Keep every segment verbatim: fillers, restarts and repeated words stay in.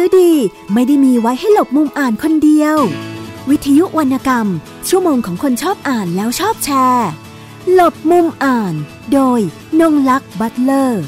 ดีไม่ได้มีไว้ให้หลบมุมอ่านคนเดียววิทยุวรรณกรรมชั่วโมงของคนชอบอ่านแล้วชอบแชร์หลบมุมอ่านโดยนงลักษณ์บัตเลอร์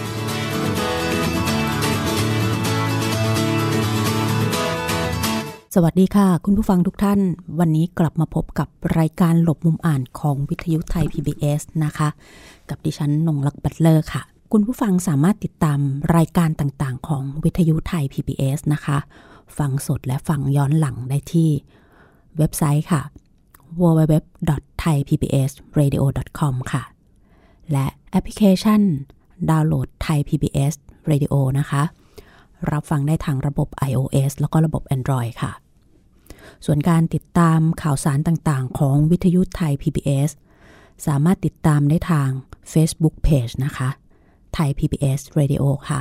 สวัสดีค่ะคุณผู้ฟังทุกท่านวันนี้กลับมาพบกับรายการหลบมุมอ่านของวิทยุไทย พี บี เอส นะคะกับดิฉันนงลักษณ์บัตเลอร์ค่ะคุณผู้ฟังสามารถติดตามรายการต่างๆของวิทยุไทย พี บี เอส นะคะฟังสดและฟังย้อนหลังได้ที่เว็บไซต์ค่ะ ดับเบิลยู ดับเบิลยู ดับเบิลยู ดอท ไทย พี บี เอส เรดิโอ ดอท คอม ค่ะและแอปพลิเคชันดาวน์โหลดไทย พี บี เอส Radio นะคะรับฟังได้ทางระบบ iOS แล้วก็ระบบ Android ค่ะส่วนการติดตามข่าวสารต่างๆของวิทยุไทย พี บี เอส สามารถติดตามได้ทาง Facebook Page นะคะไทย พี บี เอส Radio ค่ะ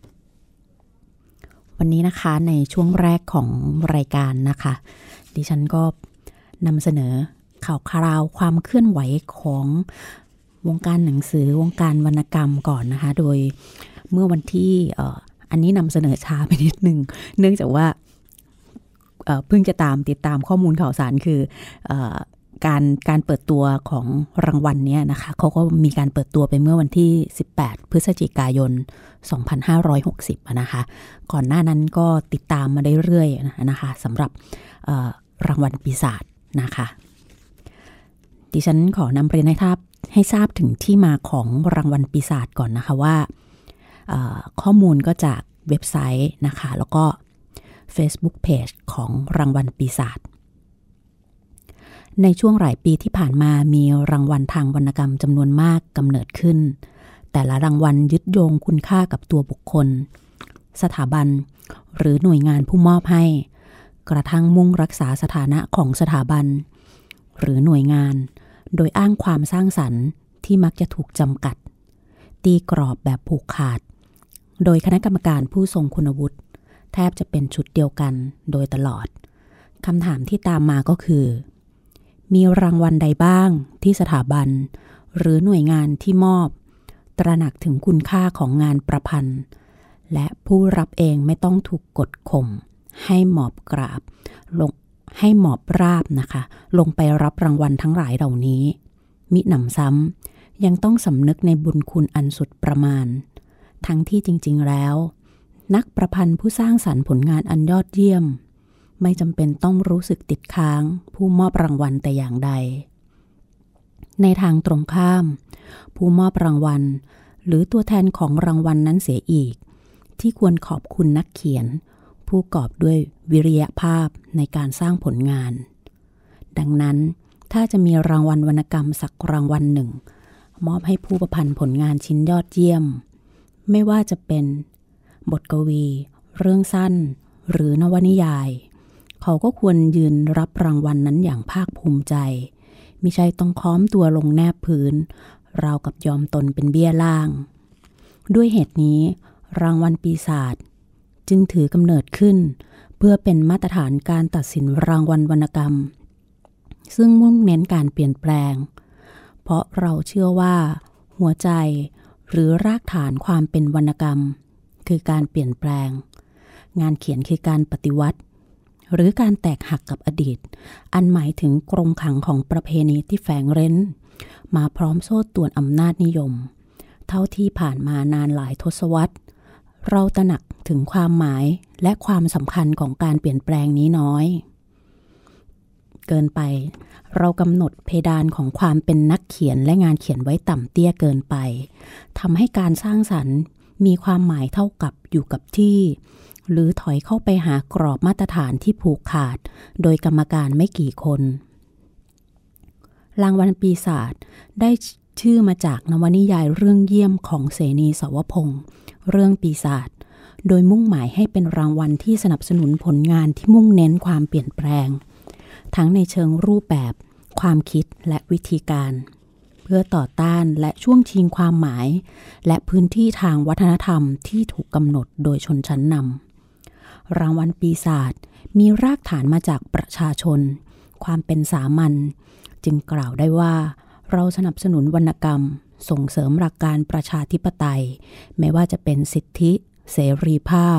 วันนี้นะคะในช่วงแรกของรายการนะคะดิฉันก็นำเสนอข่าวคราวความเคลื่อนไหวของวงการหนังสือวงการวรรณกรรมก่อนนะคะโดยเมื่อวันที่เอ่ออันนี้นำเสนอช้าไปนิดนึงเนื่องจากว่าเอ่อเพิ่งจะตามติดตามข้อมูลข่าวสารคือเอ่อการการเปิดตัวของรางวัลเนี้ยนะคะเขาก็มีการเปิดตัวไปเมื่อวันที่สิบแปดพฤศจิกายนสองพันห้าร้อยหกสิบนะคะก่อนหน้านั้นก็ติดตามมาได้เรื่อยๆนะคะสำหรับรางวัลปีศาจนะคะดิฉันขอนำเรียนให้ทราบให้ทราบถึงที่มาของรางวัลปีศาจก่อนนะคะว่าข้อมูลก็จากเว็บไซต์นะคะแล้วก็ Facebook Page ของรางวัลปีศาจในช่วงหลายปีที่ผ่านมามีรางวัลทางวรรณกรรมจำนวนมากกำเนิดขึ้นแต่ละรางวัลยึดโยงคุณค่ากับตัวบุคคลสถาบันหรือหน่วยงานผู้มอบให้กระทั่งมุ่งรักษาสถานะของสถาบันหรือหน่วยงานโดยอ้างความสร้างสรรค์ที่มักจะถูกจำกัดตีกรอบแบบผูกขาดโดยคณะกรรมการผู้ทรงคุณวุฒิแทบจะเป็นชุดเดียวกันโดยตลอดคำถามที่ตามมาก็คือมีรางวัลใดบ้างที่สถาบันหรือหน่วยงานที่มอบตระหนักถึงคุณค่าของงานประพันธ์และผู้รับเองไม่ต้องถูกกดข่มให้หมอบกราบลงให้หมอบราบนะคะลงไปรับรางวัลทั้งหลายเหล่านี้มิหนำซ้ำยังต้องสำนึกในบุญคุณอันสุดประมาณทั้งที่จริงๆแล้วนักประพันธ์ผู้สร้างสรรค์ผลงานอันยอดเยี่ยมไม่จำเป็นต้องรู้สึกติดค้างผู้มอบรางวัลแต่อย่างใดในทางตรงข้ามผู้มอบรางวัลหรือตัวแทนของรางวัลนั้นเสียอีกที่ควรขอบคุณนักเขียนผู้กอบด้วยวิริยภาพในการสร้างผลงานดังนั้นถ้าจะมีรางวัลวรรณกรรมสักรางวัลหนึ่งมอบให้ผู้ประพันธ์ผลงานชิ้นยอดเยี่ยมไม่ว่าจะเป็นบทกวีเรื่องสั้นหรือนวนิยายเขาก็ควรยืนรับรางวัล น, นั้นอย่างภาคภูมิใจมิใช่ต้องค้อมตัวลงแนบพื้นราวกับยอมตนเป็นเบี้ยล่างด้วยเหตุนี้รางวัลปีศาจจึงถือกำเนิดขึ้นเพื่อเป็นมาตรฐานการตัดสินรางวัลวรรณกรรมซึ่งมุ่งเน้นการเปลี่ยนแปลงเพราะเราเชื่อว่าหัวใจหรือรากฐานความเป็นวรรณกรรมคือการเปลี่ยนแปลงงานเขียนคือการปฏิวัติหรือการแตกหักกับอดีตอันหมายถึงกรงขังของประเพณีที่แฝงเร้นมาพร้อมโซ่ตรวนอำนาจนิยมเท่าที่ผ่านมานานหลายทศวรรษเราตระหนักถึงความหมายและความสำคัญของการเปลี่ยนแปลงนี้น้อยเกินไปเรากำหนดเพดานของความเป็นนักเขียนและงานเขียนไว้ต่ำเตี้ยเกินไปทำให้การสร้างสรรค์มีความหมายเท่ากับอยู่กับที่หรือถอยเข้าไปหากรอบมาตรฐานที่ผูกขาดโดยกรรมการไม่กี่คนรางวัลปีศาจได้ชื่อมาจากนวนิยายเรื่องเยี่ยมของเสนีสวพงษ์เรื่องปีศาจโดยมุ่งหมายให้เป็นรางวัลที่สนับสนุนผลงานที่มุ่งเน้นความเปลี่ยนแปลงทั้งในเชิงรูปแบบความคิดและวิธีการเพื่อต่อต้านและช่วงชิงความหมายและพื้นที่ทางวัฒนธรรมที่ถูกกำหนดโดยชนชั้นนำรางวัลปีศาจมีรากฐานมาจากประชาชนความเป็นสามัญจึงกล่าวได้ว่าเราสนับสนุนวรรณกรรมส่งเสริมหลักการประชาธิปไตยไม่ว่าจะเป็นสิทธิเสรีภาพ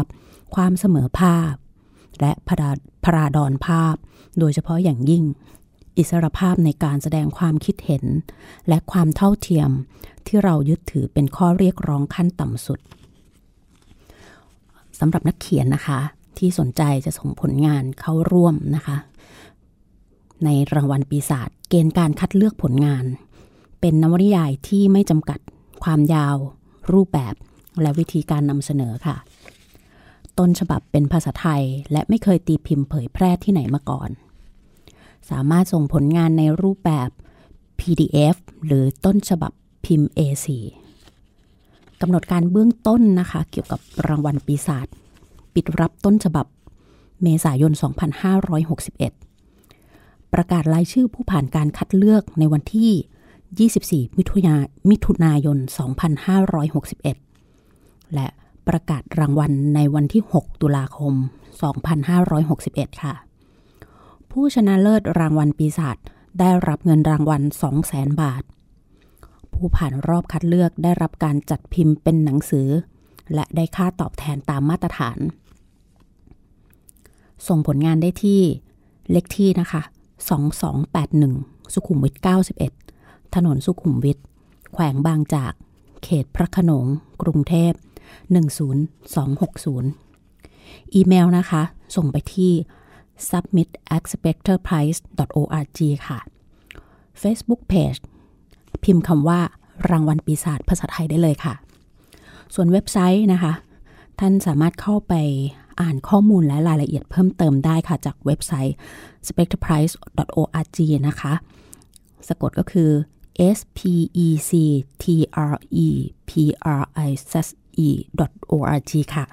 ความเสมอภาคและพราพราดอนภาพโดยเฉพาะอย่างยิ่งอิสรภาพในการแสดงความคิดเห็นและความเท่าเทียมที่เรายึดถือเป็นข้อเรียกร้องขั้นต่ำสุดสำหรับนักเขียนนะคะที่สนใจจะส่งผลงานเข้าร่วมนะคะในรางวัลปีศาจเกณฑ์การคัดเลือกผลงานเป็นนวนิยายที่ไม่จำกัดความยาวรูปแบบและวิธีการนำเสนอค่ะต้นฉบับเป็นภาษาไทยและไม่เคยตีพิมพ์เผยแพร่ที่ไหนมาก่อนสามารถส่งผลงานในรูปแบบ พี ดี เอฟ หรือต้นฉบับพิมพ์ เอ โฟร์ กำหนดการเบื้องต้นนะคะเกี่ยวกับรางวัลปีศาจปิดรับต้นฉบับเมษายน สองพันห้าร้อยหกสิบเอ็ด ประกาศรายชื่อผู้ผ่านการคัดเลือกในวันที่ ยี่สิบสี่ มิถุนายน มิถุนายน สองพันห้าร้อยหกสิบเอ็ด และประกาศรางวัลในวันที่ หก ตุลาคม สองพันห้าร้อยหกสิบเอ็ด ค่ะผู้ชนะเลิศรางวัลปีศาจได้รับเงินรางวัล สองแสน บาทผู้ผ่านรอบคัดเลือกได้รับการจัดพิมพ์เป็นหนังสือและได้ค่าตอบแทนตามมาตรฐานส่งผลงานได้ที่เลขที่นะคะสองสองแปดหนึ่งสุขุมวิทเก้าสิบเอ็ดถนนสุขุมวิทแขวงบางจากเขตพระโขนงกรุงเทพหนึ่งศูนย์สองหกศูนย์อีเมลนะคะส่งไปที่ ซับมิท แอท สเปกเตอร์ไพรส์ ดอท โอ อาร์ จี ค่ะ Facebook Page พิมพ์คำว่ารางวัลปีศาจภาษาไทยได้เลยค่ะส่วนเว็บไซต์นะคะท่านสามารถเข้าไปอ่านข้อมูลและรายละเอียดเพิ่มเติมได้ค่ะจากเว็บไซต์ สเปกเตอร์ไพรส์ ดอท โอ อาร์ จี นะคะสะกดก็คือ เอส พี อี ซี ที อาร์ อี พี อาร์ ไอ เอส อี ดอท โอ อาร์ จี ค่ะ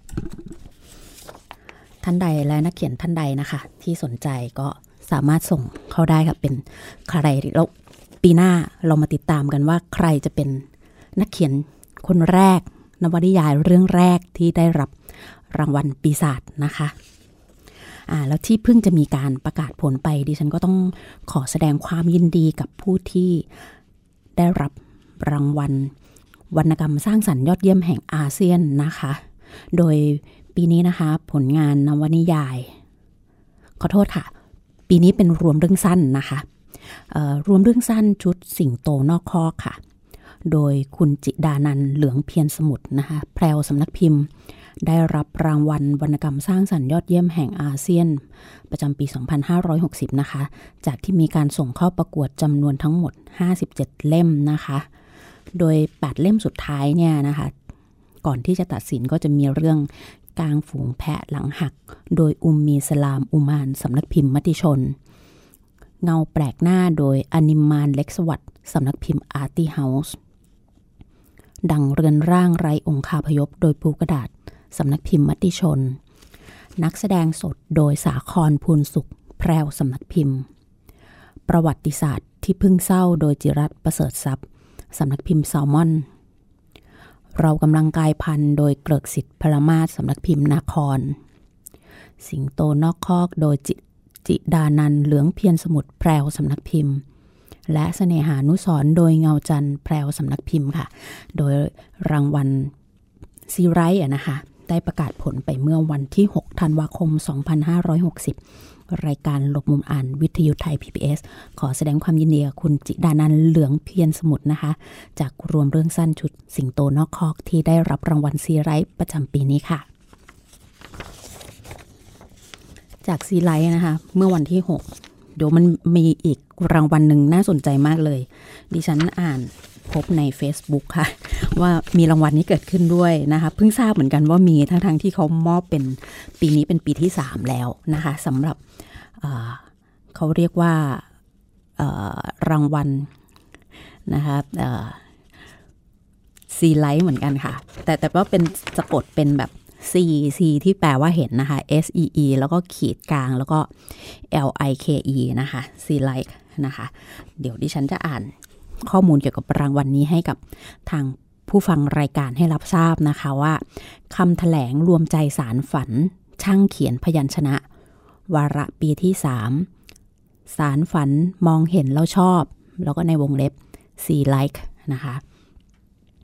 ท่านใดและนักเขียนท่านใดนะคะที่สนใจก็สามารถส่งเข้าได้ค่ะเป็นใครแล้วปีหน้าเรามาติดตามกันว่าใครจะเป็นนักเขียนคนแรกนวนิยายเรื่องแรกที่ได้รับรางวัลปีศาจนะคะอ่าแล้วที่เพิ่งจะมีการประกาศผลไปดิฉันก็ต้องขอแสดงความยินดีกับผู้ที่ได้รับรางวัลวรรณกรรมสร้างสรรค์ยอดเยี่ยมแห่งอาเซียนนะคะโดยปีนี้นะคะผลงานนวนิยายขอโทษค่ะปีนี้เป็นรวมเรื่องสั้นนะคะรวมเรื่องสั้นชุดสิงโตนอกคอกค่ะโดยคุณจิดานันท์เหลืองเพียรสมุทรนะคะแพรวสำนักพิมพ์ได้รับรางวัลวรรณกรรมสร้างสรรค์ยอดเยี่ยมแห่งอาเซียนประจำปี สองพันห้าร้อยหกสิบ นะคะจากที่มีการส่งเข้าประกวดจำนวนทั้งหมดห้าสิบเจ็ดเล่มนะคะโดยแปดเล่มสุดท้ายเนี่ยนะคะก่อนที่จะตัดสินก็จะมีเรื่องกลางฝูงแพะหลังหักโดยอุมมีสลามอุมานสำนักพิมพ์มติชนเงาแปลกหน้าโดยอนิมมานเล็กสวัสดิ์สำนักพิมพ์อาร์ตี้เฮาส์ดังเรือนร่างไร้องคาพยพโดยปูกระดาษสำนักพิมพ์มติชนนักแสดงสดโดยสาครภูลสุขแพรวสำนักพิมพ์ประวัติศาสตร์ที่พึ่งเศร้าโดยจิรัตน์ประเสริฐทรัพย์สำนักพิมพ์แซลมอนเรากำลังกายพันธุ์โดยเกริกสิทธิ์พลมาศสำนักพิมพ์นาครสิงโตนอกคอกโดย จ, จิดานันท์เหลืองเพียรสมุทรแพรวสำนักพิมพ์และเสน่หานุสรณ์โดยเงาจันทร์แพรวสำนักพิมพ์ค่ะโดยรางวัลซีไรท์นะคะได้ประกาศผลไปเมื่อวันที่หกธันวาคมสองพันห้าร้อยหกสิบรายการหลบมุมอ่านวิทยุไทย พี บี เอส ขอแสดงความยินดีกับคุณจิดานันท์เหลืองเพียรสมุทรนะคะจากรวมเรื่องสั้นชุดสิงโตนอกคอกที่ได้รับรางวัลซีไรท์ประจำปีนี้ค่ะจากซีไรท์นะคะเมื่อวันที่หกเดี๋ยวมันมีอีกรางวัลหนึ่งน่าสนใจมากเลยดิฉันอ่านพบใน Facebook ค่ะว่ามีรางวัลนี้เกิดขึ้นด้วยนะคะเพิ่งทราบเหมือนกันว่ามีทั้งๆที่เขามอบเป็นปีนี้เป็นปีที่สามแล้วนะคะสำหรับเขาเรียกว่ารางวัลนะคะซีไลท์เหมือนกันค่ะแต่แต่ว่าเป็นสะกดเป็นแบบ C C ที่แปลว่าเห็นนะคะ S E E แล้วก็ขีดกลางแล้วก็ L I K E นะคะซีไลท์นะคะเดี๋ยวดิฉันจะอ่านข้อมูลเกี่ยวกับรางวัล นี้ให้กับทางผู้ฟังรายการให้รับทราบนะคะว่าคำแถลงรวมใจสารฝันช่างเขียนพยัญชนะวาระปีที่สามสารฝันมองเห็นแล้วชอบแล้วก็ในวงเล็บ See Like นะคะ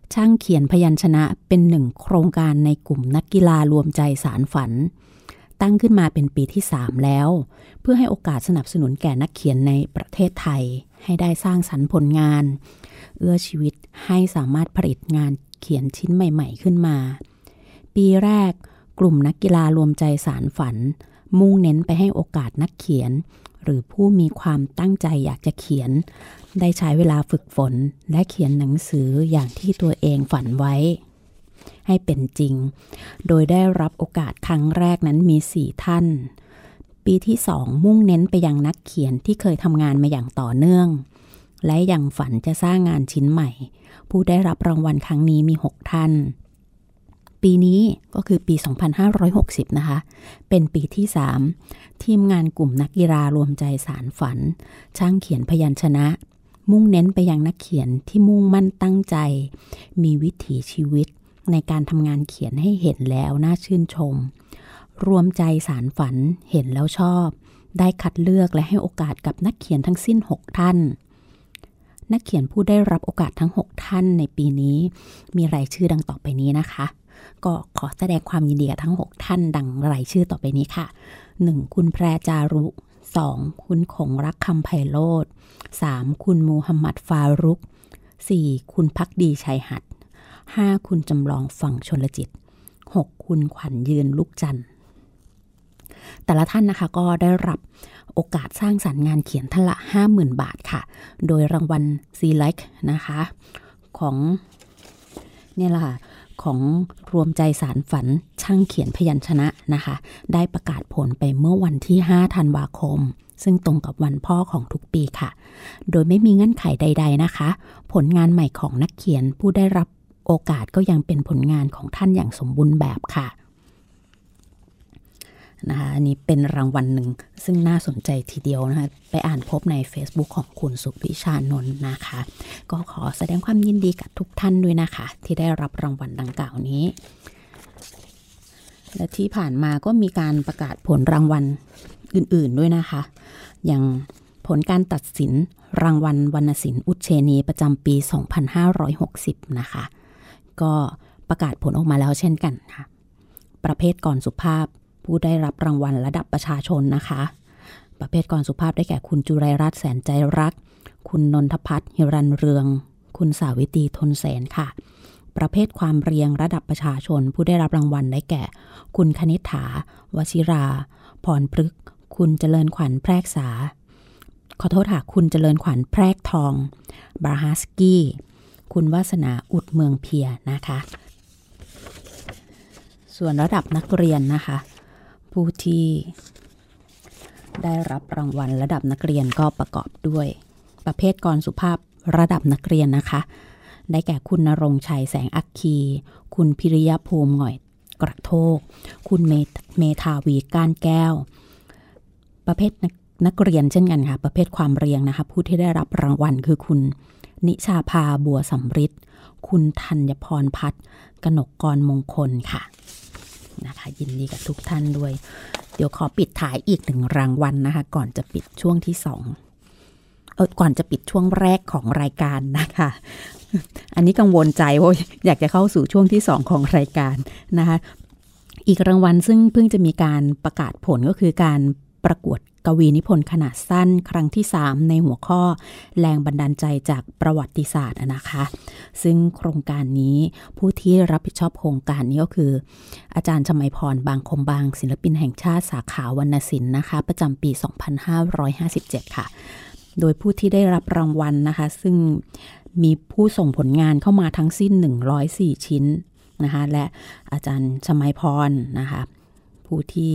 ช่างเขียนพยัญชนะเป็นหนึ่งโครงการในกลุ่มนักกีฬารวมใจสารฝันตั้งขึ้นมาเป็นปีที่สามแล้วเพื่อให้โอกาสสนับสนุนแก่นักเขียนในประเทศไทยให้ได้สร้างสรรค์ผลงานเอื้อชีวิตให้สามารถผลิตงานเขียนชิ้นใหม่ๆขึ้นมาปีแรกกลุ่มนักกีฬารวมใจสารฝันมุ่งเน้นไปให้โอกาสนักเขียนหรือผู้มีความตั้งใจอยากจะเขียนได้ใช้เวลาฝึกฝนและเขียนหนังสืออย่างที่ตัวเองฝันไว้ให้เป็นจริงโดยได้รับโอกาสครั้งแรกนั้นมีสี่ท่านปีที่สองมุ่งเน้นไปยังนักเขียนที่เคยทำงานมาอย่างต่อเนื่องและยังฝันจะสร้างงานชิ้นใหม่ผู้ได้รับรางวัลครั้งนี้มีหกท่านปีนี้ก็คือปีสองพันห้าร้อยหกสิบนะคะเป็นปีที่สามทีมงานกลุ่มนักกีฬารวมใจสารฝันช่างเขียนพยัญชนะมุ่งเน้นไปยังนักเขียนที่มุ่งมั่นตั้งใจมีวิถีชีวิตในการทำงานเขียนให้เห็นแล้วน่าชื่นชมรวมใจสารฝันเห็นแล้วชอบได้คัดเลือกและให้โอกาสกับนักเขียนทั้งสิ้นหกท่านนักเขียนผู้ได้รับโอกาสทั้งหกท่านในปีนี้มีรายชื่อดังต่อไปนี้นะคะก็ขอแสดงความยินดีกับทั้งหกท่านดังรายชื่อต่อไปนี้ค่ะหนึ่งคุณแพรจารุสองคุณคงรักคำไพโรจน์สามคุณมูฮัมหมัดฟารุกสี่คุณภักดีชัยหัตถ์ห้าคุณจำลองฝั่งชลจิตหกคุณขวัญยืนลูกจันทร์แต่ละท่านนะคะก็ได้รับโอกาสสร้างสรรค์งานเขียนท่านละ ห้าหมื่น บาทค่ะโดยรางวัล ซี-Like นะคะของเนี่ยแหละค่ะของรวมใจสารฝันช่างเขียนพยัญชนะนะคะได้ประกาศผลไปเมื่อวันที่ห้าธันวาคมซึ่งตรงกับวันพ่อของทุกปีค่ะโดยไม่มีเงื่อนไขใดๆนะคะผลงานใหม่ของนักเขียนผู้ได้รับโอกาสก็ยังเป็นผลงานของท่านอย่างสมบูรณ์แบบค่ะนะคะอันนี้เป็นรางวัลหนึ่งซึ่งน่าสนใจทีเดียวนะคะไปอ่านพบใน Facebook ของคุณสุพิชานนท์นะคะก็ขอแสดงความยินดีกับทุกท่านด้วยนะคะที่ได้รับรางวัลดังกล่าวนี้และที่ผ่านมาก็มีการประกาศผลรางวัลอื่นๆด้วยนะคะอย่างผลการตัดสินรางวัลวรรณศิลป์อุเชนีประจำปีสองพันห้าร้อยหกสิบนะคะก็ประกาศผลออกมาแล้วเช่นกันค่ะประเภทกรสุภาพผู้ได้รับรางวัลระดับประชาชนนะคะประเภทกรสุภาพได้แก่คุณจุไรรัตน์แสนใจรักคุณนนทภัทรหิรัญเรืองคุณสาวิตรีทนแสนค่ะประเภทความเรียงระดับประชาชนผู้ได้รับรางวัลได้แก่คุณคณิษฐาวชิราพรพฤกษ์คุณเจริญขวัญแพรกษาขอโทษค่ะคุณเจริญขวัญแพรกทองบราฮาสกี้คุณวาสนาอุดเมืองเพียนะคะส่วนระดับนักเรียนนะคะผู้ที่ได้รับรางวัลระดับนักเรียนก็ประกอบด้วยประเภทกรสุภาพระดับนักเรียนนะคะได้แก่คุณณรงค์ชัยแสงอัคคีคุณพิริยภูมิหง่อยกระโทกคุณเมเมธาวีก้านแก้วประเภทนักเรียนเช่นกันค่ะประเภทความเรียงนะคะผู้ที่ได้รับรางวัลคือคุณนิชาภาบัวสำริดคุณธัญพรพัฒน์กนกกรมงคลค่ะนะคะยินดีกับทุกท่านด้วยเดี๋ยวขอปิดท้ายอีกหนึ่งรางวัล นะคะก่อนจะปิดช่วงที่สองเออก่อนจะปิดช่วงแรกของรายการนะคะอันนี้กังวลใจว่าอยากจะเข้าสู่ช่วงที่สองของรายการนะคะอีกรางวัลซึ่งเพิ่งจะมีการประกาศผลก็คือการประกวดกวีนิพนธ์ขนาดสั้นครั้งที่สามในหัวข้อแรงบันดาลใจจากประวัติศาสตร์นะคะซึ่งโครงการนี้ผู้ที่รับผิดชอบโครงการนี้ก็คืออาจารย์ชมัยพรบางคมบางศิลปินแห่งชาติสาขาวรรณศิลป์นะคะประจำปีสองพันห้าร้อยห้าสิบเจ็ดค่ะโดยผู้ที่ได้รับรางวัลนะคะซึ่งมีผู้ส่งผลงานเข้ามาทั้งสิ้นหนึ่งร้อยสี่ชิ้นนะคะและอาจารย์ชมัยพรนะคะผู้ที่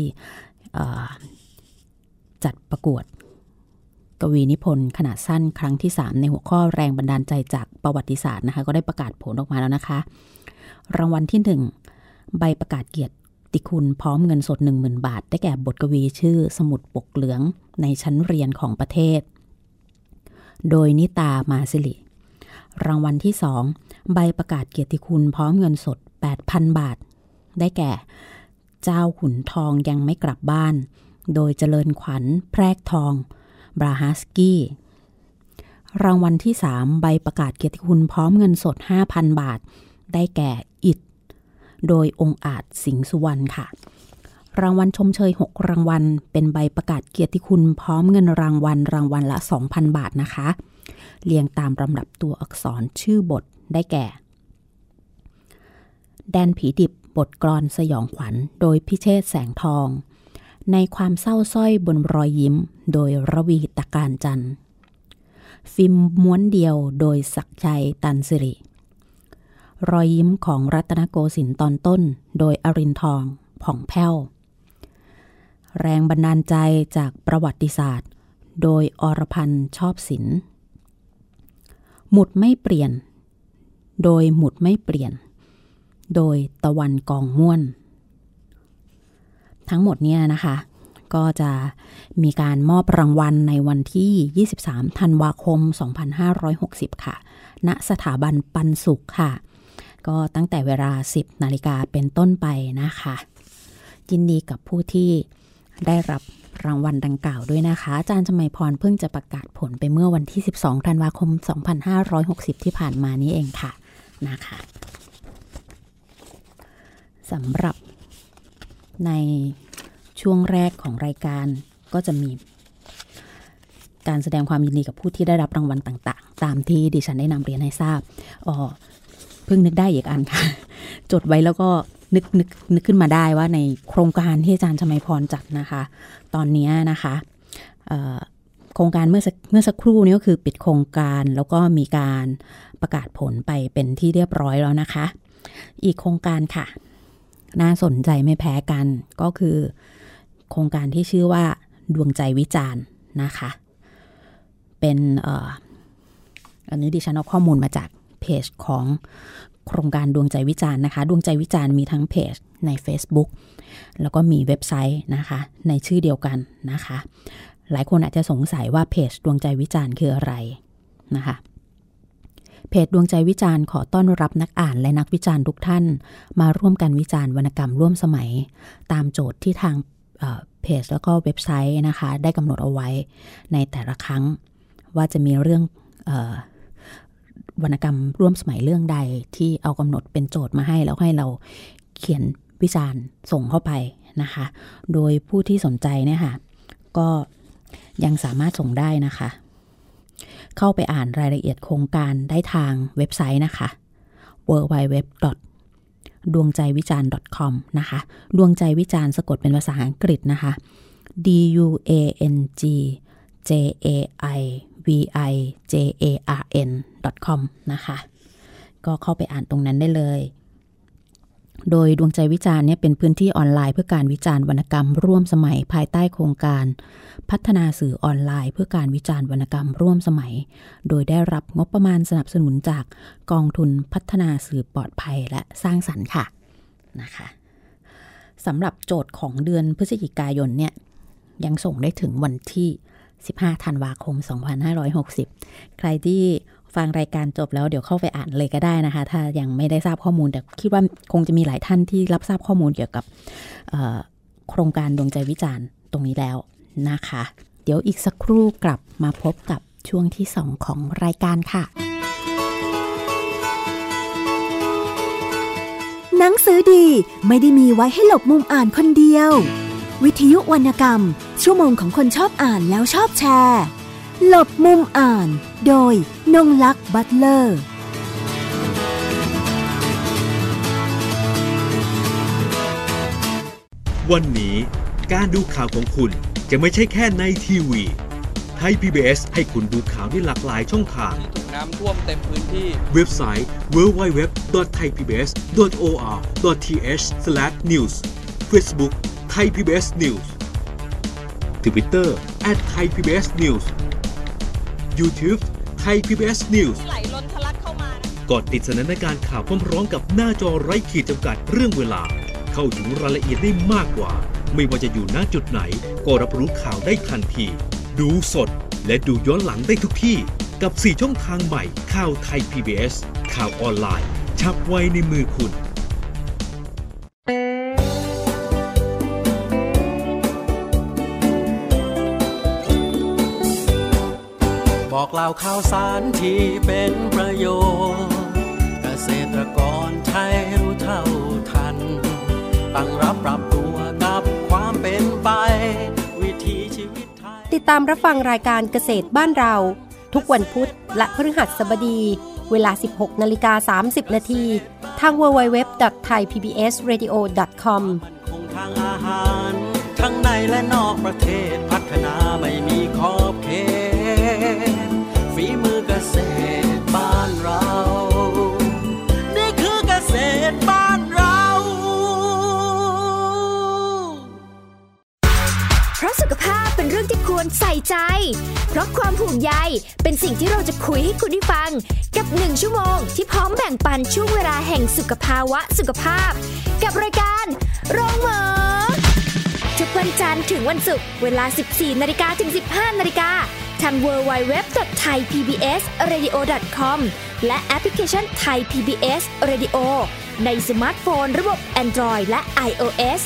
จัดประกวดกวีนิพนธ์ขนาดสั้นครั้งที่สามในหัวข้อแรงบันดาลใจจากประวัติศาสตร์นะคะก็ได้ประกาศผลออกมาแล้วนะคะรางวัลที่หนึ่งใบประกาศเกียรติคุณพร้อมเงินสด หนึ่งหมื่น บาทได้แก่บทกวีชื่อสมุดปกเหลืองในชั้นเรียนของประเทศโดยนิตามาสิริรางวัลที่สองใบประกาศเกียรติคุณพร้อมเงินสด แปดพัน บาทได้แก่เจ้าขุนทองยังไม่กลับบ้านโดยเจริญขวัญแพรกทองบราฮาสกี้รางวัลที่สามใบประกาศเกียรติคุณพร้อมเงินสด ห้าพัน บาทได้แก่อิฐโดยองค์อาจสิงห์สุวรรณค่ะรางวัลชมเชยหกรางวัลเป็นใบประกาศเกียรติคุณพร้อมเงินรางวัลรางวัลละ สองพัน บาทนะคะเรียงตามลำดับตัวอักษรชื่อบทได้แก่แดนผีดิบบทกลอนสยองขวัญโดยพิเชษฐ์แสงทองในความเศร้าส้อยบนรอยยิ้มโดยระวีตะการจันทร์ฟิล์มม้วนเดียวโดยศักดิ์ชัยตันสิริรอยยิ้มของรัตนโกสินทร์ตอนต้นโดยอรินทร์ทองผ่องแผ้วแรงบันดาลใจจากประวัติศาสตร์โดยอรพันธ์ชอบศิลป์หมุดไม่เปลี่ยนโดยหมุดไม่เปลี่ยนโดยตะวันกองม่วนทั้งหมดเนี่ยนะคะก็จะมีการมอบรางวัลในวันที่ยี่สิบสามธันวาคมสองพันห้าร้อยหกสิบค่ะณสถาบันปันสุขค่ะก็ตั้งแต่เวลา สิบนาฬิกาเป็นต้นไปนะคะยินดีกับผู้ที่ได้รับรางวัลดังกล่าวด้วยนะคะอาจารย์ชมัยพรเพิ่งจะประกาศผลไปเมื่อวันที่สิบสองธันวาคมสองพันห้าร้อยหกสิบที่ผ่านมานี้เองค่ะนะคะสำหรับในช่วงแรกของรายการก็จะมีการแสดงความยินดีกับผู้ที่ได้รับรางวัลต่างๆตามที่ดิฉันได้นำเรียนให้ทราบอ๋อเพิ่งนึกได้อีกอันค่ะจดไว้แล้วก็นึกนึกนึกขึ้นมาได้ว่าในโครงการที่อาจารย์ชมัยพรจัดนะคะตอนนี้นะคะโครงการเมื่อเมื่อสักครู่นี้ก็คือปิดโครงการแล้วก็มีการประกาศผลไปเป็นที่เรียบร้อยแล้วนะคะอีกโครงการค่ะน่าสนใจไม่แพ้กันก็คือโครงการที่ชื่อว่าดวงใจวิจารณ์นะคะเป็นเอ่ออันนี้ดิฉันเอาข้อมูลมาจากเพจของโครงการดวงใจวิจารณ์นะคะดวงใจวิจารณ์มีทั้งเพจใน Facebook แล้วก็มีเว็บไซต์นะคะในชื่อเดียวกันนะคะหลายคนอาจจะสงสัยว่าเพจดวงใจวิจารณ์คืออะไรนะคะเพจดวงใจวิจารณ์ขอต้อนรับนักอ่านและนักวิจารณ์ทุกท่านมาร่วมกันวิจารณ์วรรณกรรมร่วมสมัยตามโจทย์ที่ทางเพจแล้วก็เว็บไซต์นะคะได้กำหนดเอาไว้ในแต่ละครั้งว่าจะมีเรื่องเอ่อวรรณกรรมร่วมสมัยเรื่องใดที่เอากำหนดเป็นโจทย์มาให้แล้วให้เราเขียนวิจารณ์ส่งเข้าไปนะคะโดยผู้ที่สนใจเนี่ยค่ะก็ยังสามารถส่งได้นะคะเข้าไปอ่านรายละเอียดโครงการได้ทางเว็บไซต์นะคะ ดับเบิลยู ดับเบิลยู ดับเบิลยู ดอท ดวงใจวิจารณ์ ดอท คอม นะคะดวงใจวิจารณ์สะกดเป็นภาษาอังกฤษนะคะ D U A N G J A I V I J A R N ดอท คอม นะคะก็เข้าไปอ่านตรงนั้นได้เลยโดยดวงใจวิจารณ์เนี่ยเป็นพื้นที่ออนไลน์เพื่อการวิจารณ์วรรณกรรมร่วมสมัยภายใต้โครงการพัฒนาสื่อออนไลน์เพื่อการวิจารณ์วรรณกรรมร่วมสมัยโดยได้รับงบประมาณสนับสนุนจากกองทุนพัฒนาสื่อปลอดภัยและสร้างสรรค์ค่ะนะคะสำหรับโจทย์ของเดือนพฤศจิกายนเนี่ยยังส่งได้ถึงวันที่สิบห้าธันวาคมสองพันห้าร้อยหกสิบใครที่ฟังรายการจบแล้วเดี๋ยวเข้าไปอ่านเลยก็ได้นะคะถ้ายังไม่ได้ทราบข้อมูลแต่คิดว่าคงจะมีหลายท่านที่รับทราบข้อมูลเกี่ยวกับโครงการดวงใจวิจารณ์ตรงนี้แล้วนะคะเดี๋ยวอีกสักครู่กลับมาพบกับช่วงที่สองของรายการค่ะหนังสือดีไม่ได้มีไว้ให้หลบมุมอ่านคนเดียววิทยุวรรณกรรมชั่วโมงของคนชอบอ่านแล้วชอบแชร์หลบมุมอ่านโดยนงลักษณ์บัตเลอร์วันนี้การดูข่าวของคุณจะไม่ใช่แค่ในทีวีไทย พี บี เอส ให้คุณดูข่าวได้หลากหลายช่องทางถูกน้ำท่วมเต็มพื้นที่เว็บไซต์ ดับเบิลยู ดับเบิลยู ดับเบิลยู ดอท ไทยพีบีเอส ดอท โอ อาร์ ดอท ที เอช สแลช นิวส์ Facebook Thai พี บี เอส News Twitter แอท ไทย พี บี เอส นิวส์ YouTube Thai พี บี เอส News ไหลล้นทะลักเข้ามานะกดติดสนันในการข่าวพร้อมๆกับหน้าจอไร้ขีดจำกัดเรื่องเวลาเข้าถึงรายละเอียดได้มากกว่าไม่ว่าจะอยู่ณจุดไหนก็รับรู้ข่าวได้ทันทีดูสดและดูย้อนหลังได้ทุกที่กับสี่ช่องทางใหม่ข่าวไทย พี บี เอส ข่าวออนไลน์ฉับไวในมือคุณบอกเล่าข่าวสารที่เป็นประโยชน์เกษตรกรใช้รู้เท่าทันตั้งรับปรับตัวกับความเป็นไปวิถีชีวิตไทยติดตามรับฟังรายการเกษตรบ้านเราทุกวันพุธและพฤหัสบดีเวลา สิบหกนาฬิกาสามสิบนาทีทาง ดับเบิลยู ดับเบิลยู ดับเบิลยู ดอท ไทย พี บี เอส เรดิโอ ดอท คอมคงทางอาหารทั้งในและนอกประเทศพัฒนาไม่มีขอบเขตฝีมือเกษตรบ้านเรานี่คือเกษตรบ้านเราเพราะสุขภาพเป็นเรื่องที่ควรใส่ใจเพราะความห่วงใยเป็นสิ่งที่เราจะคุยให้คุณได้ฟังกับหนึ่งชั่วโมงที่พร้อมแบ่งปันช่วงเวลาแห่งสุขภาวะสุขภาพกับรายการโรงหมอทุกวันจันทร์ถึงวันศุกร์เวลา สิบสี่นาฬิกา ถึง สิบห้านาฬิกาทาง ดับเบิลยู ดับเบิลยู ดับเบิลยู ดอท ไทย พี บี เอส เรดิโอ ดอท คอม และแอปพลิเคชัน Thai พี บี เอส Radio ในสมาร์ทโฟนระบบ Android และ iOS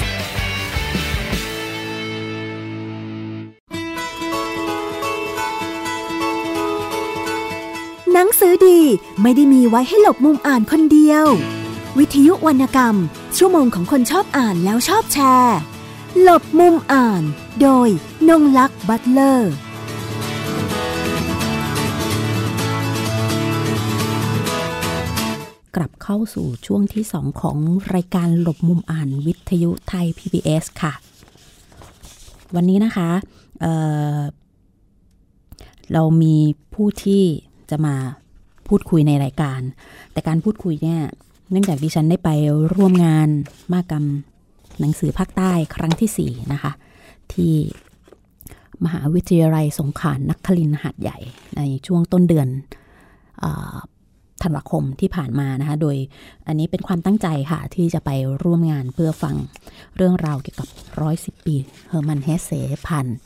หนังสือดีไม่ได้มีไว้ให้หลบมุมอ่านคนเดียววิทยุวรรณกรรมชั่วโมงของคนชอบอ่านแล้วชอบแชร์หลบมุมอ่านโดยนงลักษ์บัตเลอร์กลับเข้าสู่ช่วงที่สองของรายการหลบมุมอ่านวิทยุไทย พี บี เอส ค่ะวันนี้นะคะเอ่อเรามีผู้ที่จะมาพูดคุยในรายการแต่การพูดคุยเนี่ยเนื่องจากดิฉันได้ไปร่วมงานมหกรรมหนังสือภาคใต้ครั้งที่สี่นะคะที่มหาวิทยาลัยสงขลานครินทร์หาดใหญ่ในช่วงต้นเดือนธันวาคมที่ผ่านมานะคะโดยอันนี้เป็นความตั้งใจค่ะที่จะไปร่วมงานเพื่อฟังเรื่องราวเกี่ยวกับหนึ่งร้อยสิบปีเฮอร์มันเฮสเซผ่าน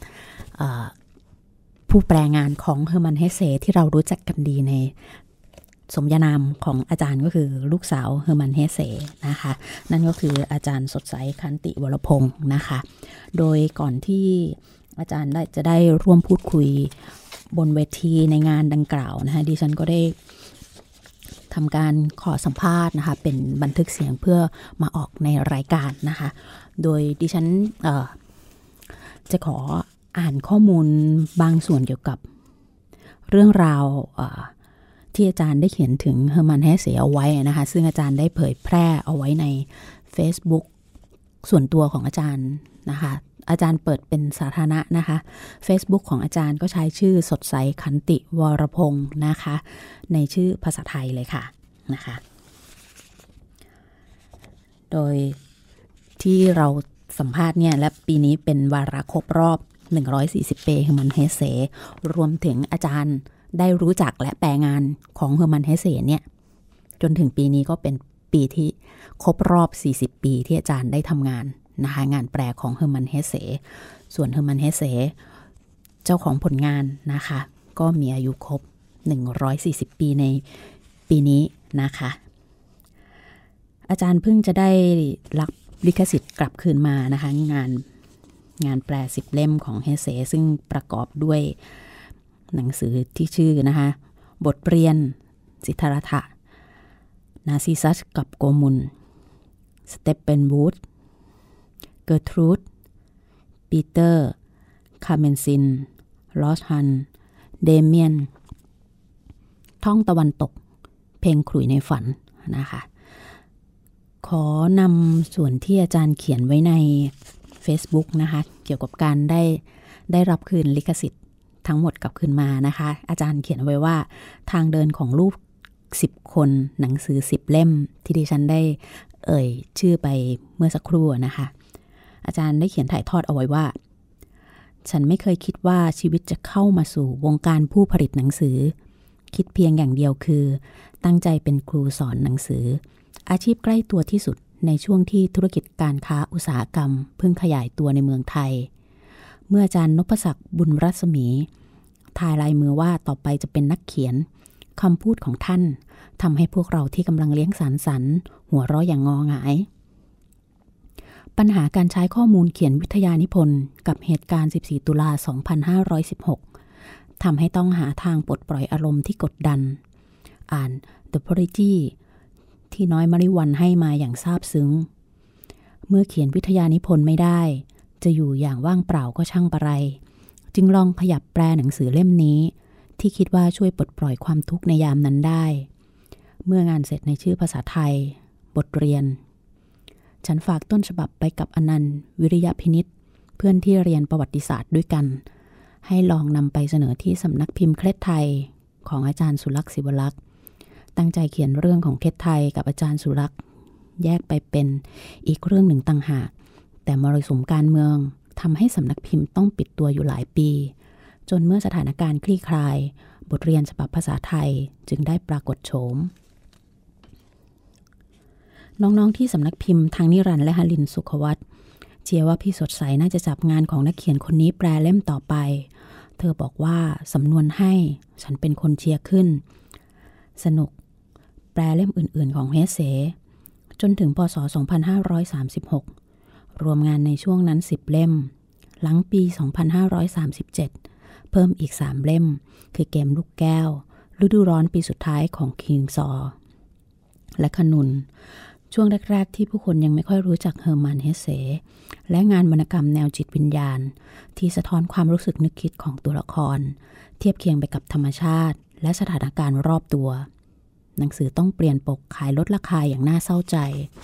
ผู้แปลงานของเฮอร์มันเฮสเซที่เรารู้จักกันดีในสมญานามของอาจารย์ก็คือลูกสาวเฮอร์มันเฮสเซนะคะนั่นก็คืออาจารย์สดใสขันติวรพงศ์นะคะโดยก่อนที่อาจารย์ได้จะได้ร่วมพูดคุยบนเวทีในงานดังกล่าวนะคะดิฉันก็ได้ทำการขอสัมภาษณ์นะคะเป็นบันทึกเสียงเพื่อมาออกในรายการนะคะโดยดิฉันจะขออ่านข้อมูลบางส่วนเกี่ยวกับเรื่องราวที่อาจารย์ได้เขียนถึงเฮอร์มันเฮสเซเอาไว้นะคะซึ่งอาจารย์ได้เผยแพร่เอาไว้ใน Facebook ส่วนตัวของอาจารย์นะคะอาจารย์เปิดเป็นสาธารณะนะคะ Facebook ของอาจารย์ก็ใช้ชื่อสดใสขันติวรพงศ์นะคะในชื่อภาษาไทยเลยค่ะนะคะโดยที่เราสัมภาษณ์เนี่ยและปีนี้เป็นวาระครบรอบหนึ่งร้อยสี่สิบปีเฮอร์มันเฮสเซรวมถึงอาจารย์ได้รู้จักและแปลงานของเฮอร์มันเฮสเซเนี่ยจนถึงปีนี้ก็เป็นปีที่ครบรอบสี่สิบปีที่อาจารย์ได้ทำงานนะคะงานแปลของเฮอร์มันเฮสเซส่วนเฮอร์มันเฮสเซเจ้าของผลงานนะคะก็มีอายุครบหนึ่งร้อยสี่สิบปีในปีนี้นะคะอาจารย์เพิ่งจะได้รับลิขสิทธิ์กลับคืนมานะคะงานงานแปลสิบเล่มของเฮสเซซึ่งประกอบด้วยหนังสือที่ชื่อนะคะบทเรียนสิทธัตถะนาซิซัสกับโกมุลสเตปเปนวูดเกอร์ทรูดปีเตอร์คาเมนซินลอสฮันเดเมียนท่องตะวันตกเพลงขลุ่ยในฝันนะคะขอนำส่วนที่อาจารย์เขียนไว้ใน Facebook นะคะเกี่ยวกับการได้ได้รับคืนลิขสิทธิ์ทั้งหมดกลับคืนมานะคะอาจารย์เขียนไว้ว่าทางเดินของลูกสิบคนหนังสือสิบเล่มที่ดิฉันได้เอ่ยชื่อไปเมื่อสักครู่นะคะอาจารย์ได้เขียนถ่ายทอดเอาไว้ว่าฉันไม่เคยคิดว่าชีวิตจะเข้ามาสู่วงการผู้ผลิตหนังสือคิดเพียงอย่างเดียวคือตั้งใจเป็นครูสอนหนังสืออาชีพใกล้ตัวที่สุดในช่วงที่ธุรกิจการค้าอุตสาหกรรมเพิ่งขยายตัวในเมืองไทยเมื่ออาจารย์นพศักดิ์บุญรัศมีทายลายมือว่าต่อไปจะเป็นนักเขียนคำพูดของท่านทำให้พวกเราที่กำลังเลี้ยงสารสันหัวเราะอย่างงอหงายปัญหาการใช้ข้อมูลเขียนวิทยานิพนธ์กับเหตุการณ์สิบสี่ตุลาสองพันห้าร้อยสิบหกทำให้ต้องหาทางปลดปล่อยอารมณ์ที่กดดันอ่าน The Prodigy ที่น้อยมริวันให้มาอย่างซาบซึ้งเมื่อเขียนวิทยานิพนธ์ไม่ได้จะอยู่อย่างว่างเปล่าก็ช่างประไรจึงลองขยับแปลหนังสือเล่มนี้ที่คิดว่าช่วยปลดปล่อยความทุกข์ในยามนั้นได้เมื่องานเสร็จในชื่อภาษาไทยบทเรียนฉันฝากต้นฉบับไปกับอนันต์วิริยพินิจเพื่อนที่เรียนประวัติศาสตร์ด้วยกันให้ลองนำไปเสนอที่สำนักพิมพ์เคล็ดไทยของอาจารย์สุลักษณ์ศิวลักษณ์ตั้งใจเขียนเรื่องของเคล็ดไทยกับอาจารย์สุลักษณ์แยกไปเป็นอีกเรื่องหนึ่งต่างหากแต่มรสุมการเมืองทำให้สำนักพิมพ์ต้องปิดตัวอยู่หลายปีจนเมื่อสถานการณ์คลี่คลายบทเรียนฉบับภาษาไทยจึงได้ปรากฏโฉมน้องๆที่สำนักพิมพ์ทางนิรันดร์และหลินสุขวัฒน์เชื่อว่าพี่สดใสน่าจะจับงานของนักเขียนคนนี้แปลเล่มต่อไปเธอบอกว่าสำนวนให้ฉันเป็นคนเชียร์ขึ้นสนุกแปลเล่มอื่นๆของเฮเสจนถึงพ.ศ. สองพันห้าร้อยสามสิบหกรวมงานในช่วงนั้นสิบเล่มหลังปีสองพันห้าร้อยสามสิบเจ็ดเพิ่มอีกสามเล่มคือเกมลูกแก้วฤดูร้อนปีสุดท้ายของคิงซอและขนุนช่วงแรกๆที่ผู้คนยังไม่ค่อยรู้จักเฮอร์มันเฮเสและงานวรรณกรรมแนวจิตวิญญาณที่สะท้อนความรู้สึกนึกคิดของตัวละครเทียบเคียงไปกับธรรมชาติและสถานการณ์รอบตัวหนังสือต้องเปลี่ยนปกขายลดราคาอย่างน่าเศร้าใจ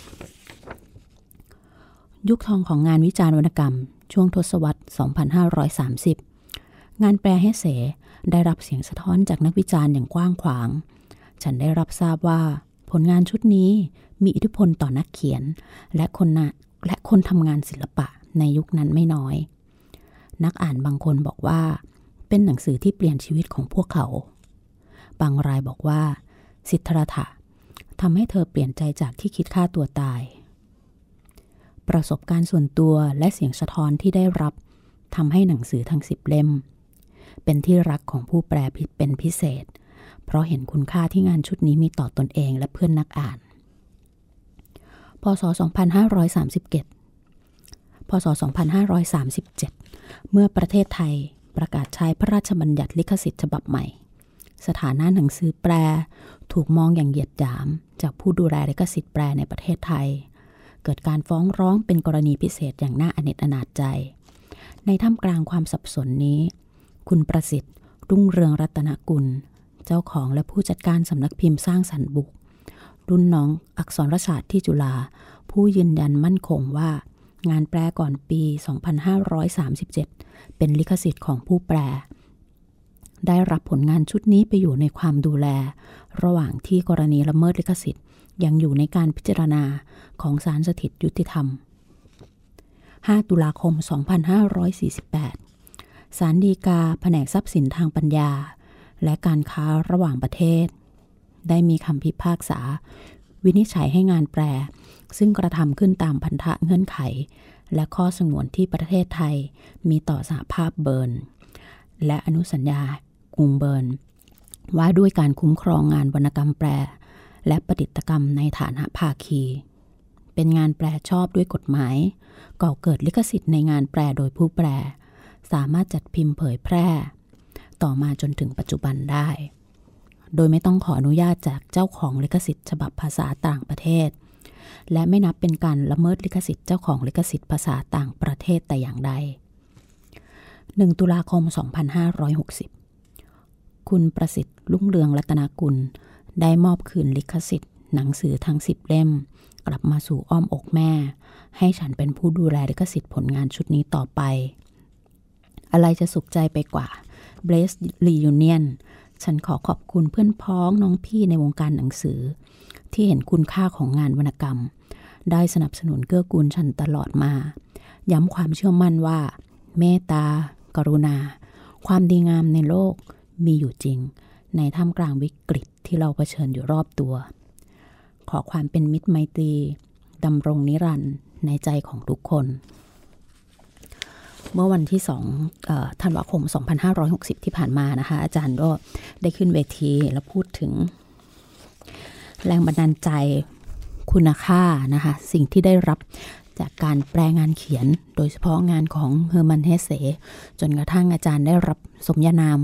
ยุคทองของงานวิจารณ์วรรณกรรมช่วงทศวรรษสองพันห้าร้อยสามสิบงานแปลเฮเสได้รับเสียงสะท้อนจากนักวิจารณ์อย่างกว้างขวางฉันได้รับทราบว่าผลงานชุดนี้มีอิทธิพลต่อนักเขียนและคนนะและคนทำงานศิลปะในยุคนั้นไม่น้อยนักอ่านบางคนบอกว่าเป็นหนังสือที่เปลี่ยนชีวิตของพวกเขาบางรายบอกว่าสิทธัตถะทำให้เธอเปลี่ยนใจจากที่คิดฆ่าตัวตายประสบการณ์ส่วนตัวและเสียงสะท้อนที่ได้รับทำให้หนังสือทั้งสิบเล่มเป็นที่รักของผู้แปลเป็นพิเศษเพราะเห็นคุณค่าที่งานชุดนี้มีต่อตนเองและเพื่อนนักอ่านพ.ศ. สองพันห้าร้อยสามสิบเจ็ดพ.ศ. สองพันห้าร้อยสามสิบเจ็ดเมื่อประเทศไทยประกาศใช้พระราชบัญญัติลิขสิทธิ์ฉบับใหม่สถานะหนังสือแปลถูกมองอย่างเหยียดหยามจากผู้ดูแลลิขสิทธิ์แปลในประเทศไทยเกิดการฟ้องร้องเป็นกรณีพิเศษอย่างน่าอเนจอนาจใจในท่ามกลางความสับสนนี้คุณประสิทธิ์รุ่งเรืองรัตนกุลเจ้าของและผู้จัดการสำนักพิมพ์สร้างสรรค์บุ๊กรุ่นน้องอักษรศาสตร์ที่จุฬาผู้ยืนยันมั่นคงว่างานแปลก่อนปีสองพันห้าร้อยสามสิบเจ็ดเป็นลิขสิทธิ์ของผู้แปลได้รับผลงานชุดนี้ไปอยู่ในความดูแลระหว่างที่กรณีละเมิดลิขสิทธิ์ยังอยู่ในการพิจารณาของศาลสถิตยุติธรรมห้าตุลาคมสองพันห้าร้อยสี่สิบแปดศาลฎีกาแผนกทรัพย์สินทางปัญญาและการค้าระหว่างประเทศได้มีคำพิพากษาวินิจฉัยให้งานแปลซึ่งกระทำขึ้นตามพันธะเงื่อนไขและข้อสงวนที่ประเทศไทยมีต่อสหภาพเบิร์นและอนุสัญญากรุงเบิร์นว่าด้วยการคุ้มครองงานวรรณกรรมแปลและประดิษฐกรรมในฐานะภาคีเป็นงานแปลชอบด้วยกฎหมายก่อเกิดลิขสิทธิ์ในงานแปลโดยผู้แปลสามารถจัดพิมพ์เผยแพร่ต่อมาจนถึงปัจจุบันได้โดยไม่ต้องขออนุญาตจากเจ้าของลิขสิทธิ์ฉบับภาษาต่างประเทศและไม่นับเป็นการละเมิดลิขสิทธิ์เจ้าของลิขสิทธิ์ภาษาต่างประเทศแต่อย่างใดหนึ่งตุลาคมสองพันห้าร้อยหกสิบคุณประสิทธิ์รุ่งเรืองรัตนกุลได้มอบคืนลิขสิทธิ์หนังสือทั้งสิบเล่มกลับมาสู่อ้อมอกแม่ให้ฉันเป็นผู้ดูแลลิขสิทธิ์ผลงานชุดนี้ต่อไปอะไรจะสุขใจไปกว่า Bless Reunion ฉันขอขอบคุณเพื่อนพ้องน้องพี่ในวงการหนังสือที่เห็นคุณค่าของงานวรรณกรรมได้สนับสนุนเกื้อกูลฉันตลอดมาย้ำความเชื่อมั่นว่าเมตตากรุณาความดีงามในโลกมีอยู่จริงในท่ามกลางวิกฤตที่เราเผชิญอยู่รอบตัวขอความเป็นมิตรไมตรีดำรงนิรันดร์ในใจของทุกคนเมื่อวันที่สองธันวาคมสองพันห้าร้อยหกสิบที่ผ่านมานะคะอาจารย์ก็ได้ขึ้นเวทีแล้วพูดถึงแรงบันดาลใจคุณค่านะคะสิ่งที่ได้รับจากการแปลงานเขียนโดยเฉพาะงานของเฮอร์มันเฮเสจนกระทั่งอาจารย์ได้รับสมญานาม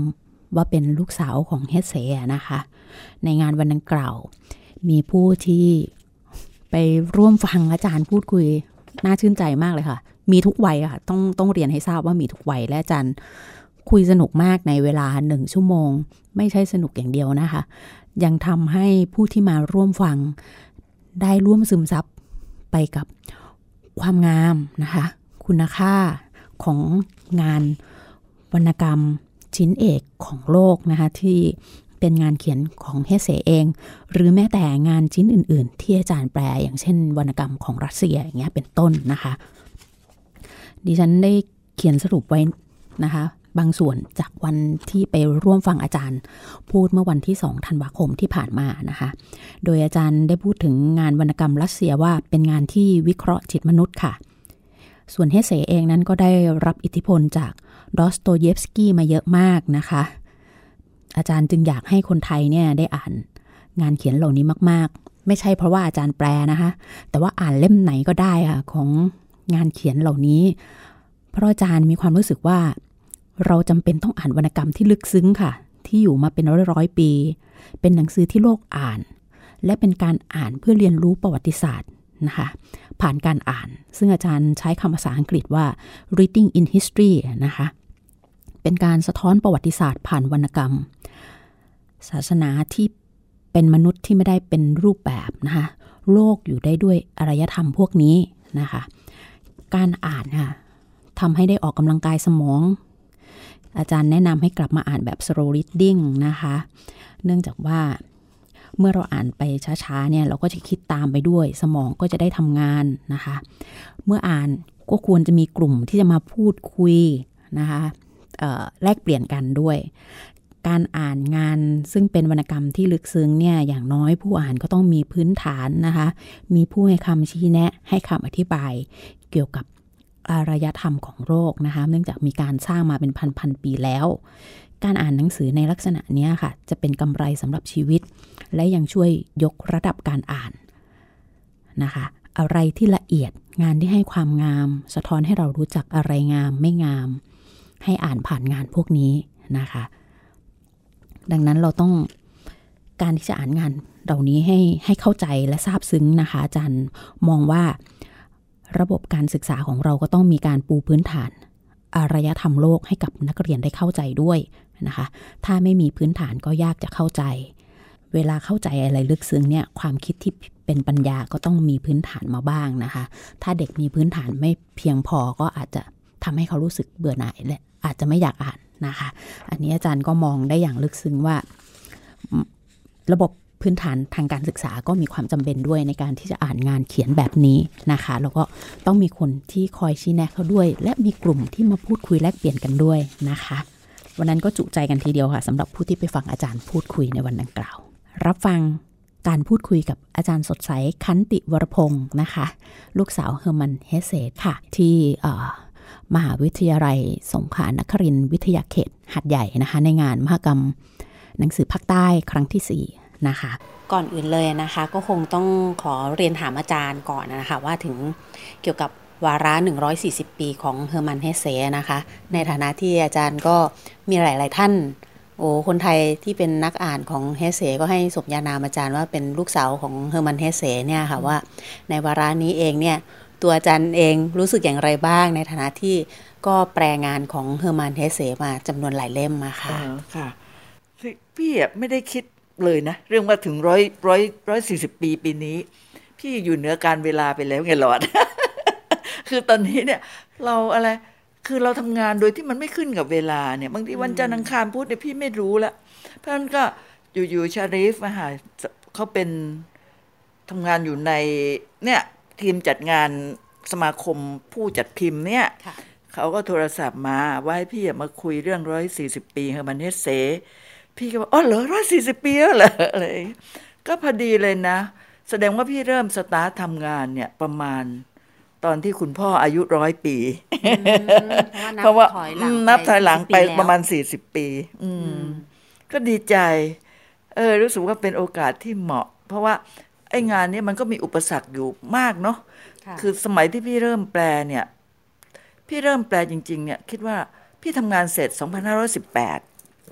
ว่าเป็นลูกสาวของเฮเซนะคะในงานวันดังกล่าวมีผู้ที่ไปร่วมฟังอาจารย์พูดคุยน่าชื่นใจมากเลยค่ะมีทุกวัยค่ะต้องต้องเรียนให้ทราบว่ามีทุกวัยและอาจารย์คุยสนุกมากในเวลาหนึ่งชั่วโมงไม่ใช่สนุกอย่างเดียวนะคะยังทำให้ผู้ที่มาร่วมฟังได้ร่วมซึมซับไปกับความงามนะคะคุณค่าของงานวรรณกรรมชิ้นเอกของโลกนะคะที่เป็นงานเขียนของเฮเซเองหรือแม้แต่งานชิ้นอื่นๆที่อาจารย์แปลอย่างเช่นวรรณกรรมของรัสเซียอย่างเงี้ยเป็นต้นนะคะดิฉันได้เขียนสรุปไว้นะคะบางส่วนจากวันที่ไปร่วมฟังอาจารย์พูดเมื่อวันที่สองธันวาคมที่ผ่านมานะคะโดยอาจารย์ได้พูดถึงงานวรรณกรรมรัสเซียว่าเป็นงานที่วิเคราะห์จิตมนุษย์ค่ะส่วนเฮเซเองนั้นก็ได้รับอิทธิพลจากดอสโตเยฟสกี้มาเยอะมากนะคะอาจารย์จึงอยากให้คนไทยเนี่ยได้อ่านงานเขียนเหล่านี้มากๆไม่ใช่เพราะว่าอาจารย์แปลนะคะแต่ว่าอ่านเล่มไหนก็ได้ค่ะของงานเขียนเหล่านี้เพราะอาจารย์มีความรู้สึกว่าเราจำเป็นต้องอ่านวรรณกรรมที่ลึกซึ้งค่ะที่อยู่มาเป็นร้อยๆปีเป็นหนังสือที่โลกอ่านและเป็นการอ่านเพื่อเรียนรู้ประวัติศาสตร์นะคะผ่านการอ่านซึ่งอาจารย์ใช้คำภาษาอังกฤษว่า reading in history นะคะเป็นการสะท้อนประวัติศาสตร์ผ่านวรรณกรรมศาสนาที่เป็นมนุษย์ที่ไม่ได้เป็นรูปแบบนะคะโลกอยู่ได้ด้วยอารยธรรมพวกนี้นะคะการอ่านค่ะทำให้ได้ออกกำลังกายสมองอาจารย์แนะนำให้กลับมาอ่านแบบ slow reading นะคะเนื่องจากว่าเมื่อเราอ่านไปช้าๆเนี่ยเราก็จะคิดตามไปด้วยสมองก็จะได้ทำงานนะคะเมื่ออ่านก็ควรจะมีกลุ่มที่จะมาพูดคุยนะคะแลกเปลี่ยนกันด้วยการอ่านงานซึ่งเป็นวรรณกรรมที่ลึกซึ้งเนี่ยอย่างน้อยผู้อ่านก็ต้องมีพื้นฐานนะคะมีผู้ให้คำชี้แนะให้คำอธิบายเกี่ยวกับอารยธรรมของโลกนะคะเนื่องจากมีการสร้างมาเป็นพันๆปีแล้วการอ่านหนังสือในลักษณะนี้ค่ะจะเป็นกำไรสำหรับชีวิตและยังช่วยยกระดับการอ่านนะคะอะไรที่ละเอียดงานที่ให้ความงามสะท้อนให้เรารู้จักอะไรงามไม่งามให้อ่านผ่านงานพวกนี้นะคะดังนั้นเราต้องการที่จะอ่านงานเหล่านี้ให้ให้เข้าใจและซาบซึ้งนะคะอาจารย์มองว่าระบบการศึกษาของเราก็ต้องมีการปูพื้นฐานอารยธรรมโลกให้กับนักเรียนได้เข้าใจด้วยนะคะถ้าไม่มีพื้นฐานก็ยากจะเข้าใจเวลาเข้าใจอะไรลึกซึ้งเนี่ยความคิดที่เป็นปัญญาก็ต้องมีพื้นฐานมาบ้างนะคะถ้าเด็กมีพื้นฐานไม่เพียงพอก็อาจจะทำให้เขารู้สึกเบื่อหน่ายและอาจจะไม่อยากอ่านนะคะอันนี้อาจารย์ก็มองได้อย่างลึกซึ้งว่าระบบพื้นฐานทางการศึกษาก็มีความจำเป็นด้วยในการที่จะอ่านงานเขียนแบบนี้นะคะแล้วก็ต้องมีคนที่คอยชี้แนะเขาด้วยและมีกลุ่มที่มาพูดคุยแลกเปลี่ยนกันด้วยนะคะวันนั้นก็จุใจกันทีเดียวค่ะสำหรับผู้ที่ไปฟังอาจารย์พูดคุยในวันดังกล่าวรับฟังการพูดคุยกับอาจารย์สดใสคันติวรพงศ์นะคะลูกสาวเฮอร์มันเฮเซค่ะที่มหาวิทยาลัยสงขลานครินทร์วิทยาเขตหาดใหญ่นะคะในงานมหกรรมหนังสือภาคใต้ครั้งที่สี่นะคะก่อนอื่นเลยนะคะก็คงต้องขอเรียนถามอาจารย์ก่อนนะคะว่าถึงเกี่ยวกับวาระหนึ่งร้อยสี่สิบปีของเฮอร์มันเฮเซนะคะในฐานะที่อาจารย์ก็มีหลายๆท่านโอ้คนไทยที่เป็นนักอ่านของเฮเซก็ให้สมญานามอาจารย์ว่าเป็นลูกสาวของเฮอร์มันเฮเซเนี่ยค่ะว่าในวาระนี้เองเนี่ยตัวอาจารย์เองรู้สึกอย่างไรบ้างในฐานะที่ก็แปลงานของเฮอร์มันเฮเซมาจำนวนหลายเล่มมาค่ะค่ะพี่ไม่ได้คิดเลยนะเรื่องว่าถึงร้อยร้อยร้อยสี่สิบปีปีนี้พี่อยู่เหนือการเวลาไปแล้วไงหลอด คือตอนนี้เนี่ยเราอะไรคือเราทำงานโดยที่มันไม่ขึ้นกับเวลาเนี่ยบางทีวันจันทร์อังคารพุธเนี่ยพี่ไม่รู้ละเพราะฉะนั้นก็อยู่ๆชารีฟมาหาเขาเป็นทำงานอยู่ในเนี่ยทีมจัดงานสมาคมผู้จัดพิมพ์เนี่ยเขาก็โทรศัพท์มาว่าให้พี่มาคุยเรื่องร้อยสี่สิบปีเฮอร์มันเฮเซพี่ก็บอกอ๋อเหรอร้อยสี่สิบปีแล้วเหรออะไรก็พอดีเลยนะแสดงว่าพี่เริ่มสตาร์ททำงานเนี่ยประมาณตอนที่คุณพ่ออายุร้อยปีเพราะว่านับถอยหลังไปประมาณสี่สิบปีอืมก็ดีใจเออรู้สึกว่าเป็นโอกาสที่เหมาะเพราะว่าไอ้งานนี้มันก็มีอุปสรรคอยู่มากเนาะคือสมัยที่พี่เริ่มแปลเนี่ยพี่เริ่มแปลจริงๆเนี่ยคิดว่าพี่ทำงานเสร็จสองพันห้าร้อยสิบแปด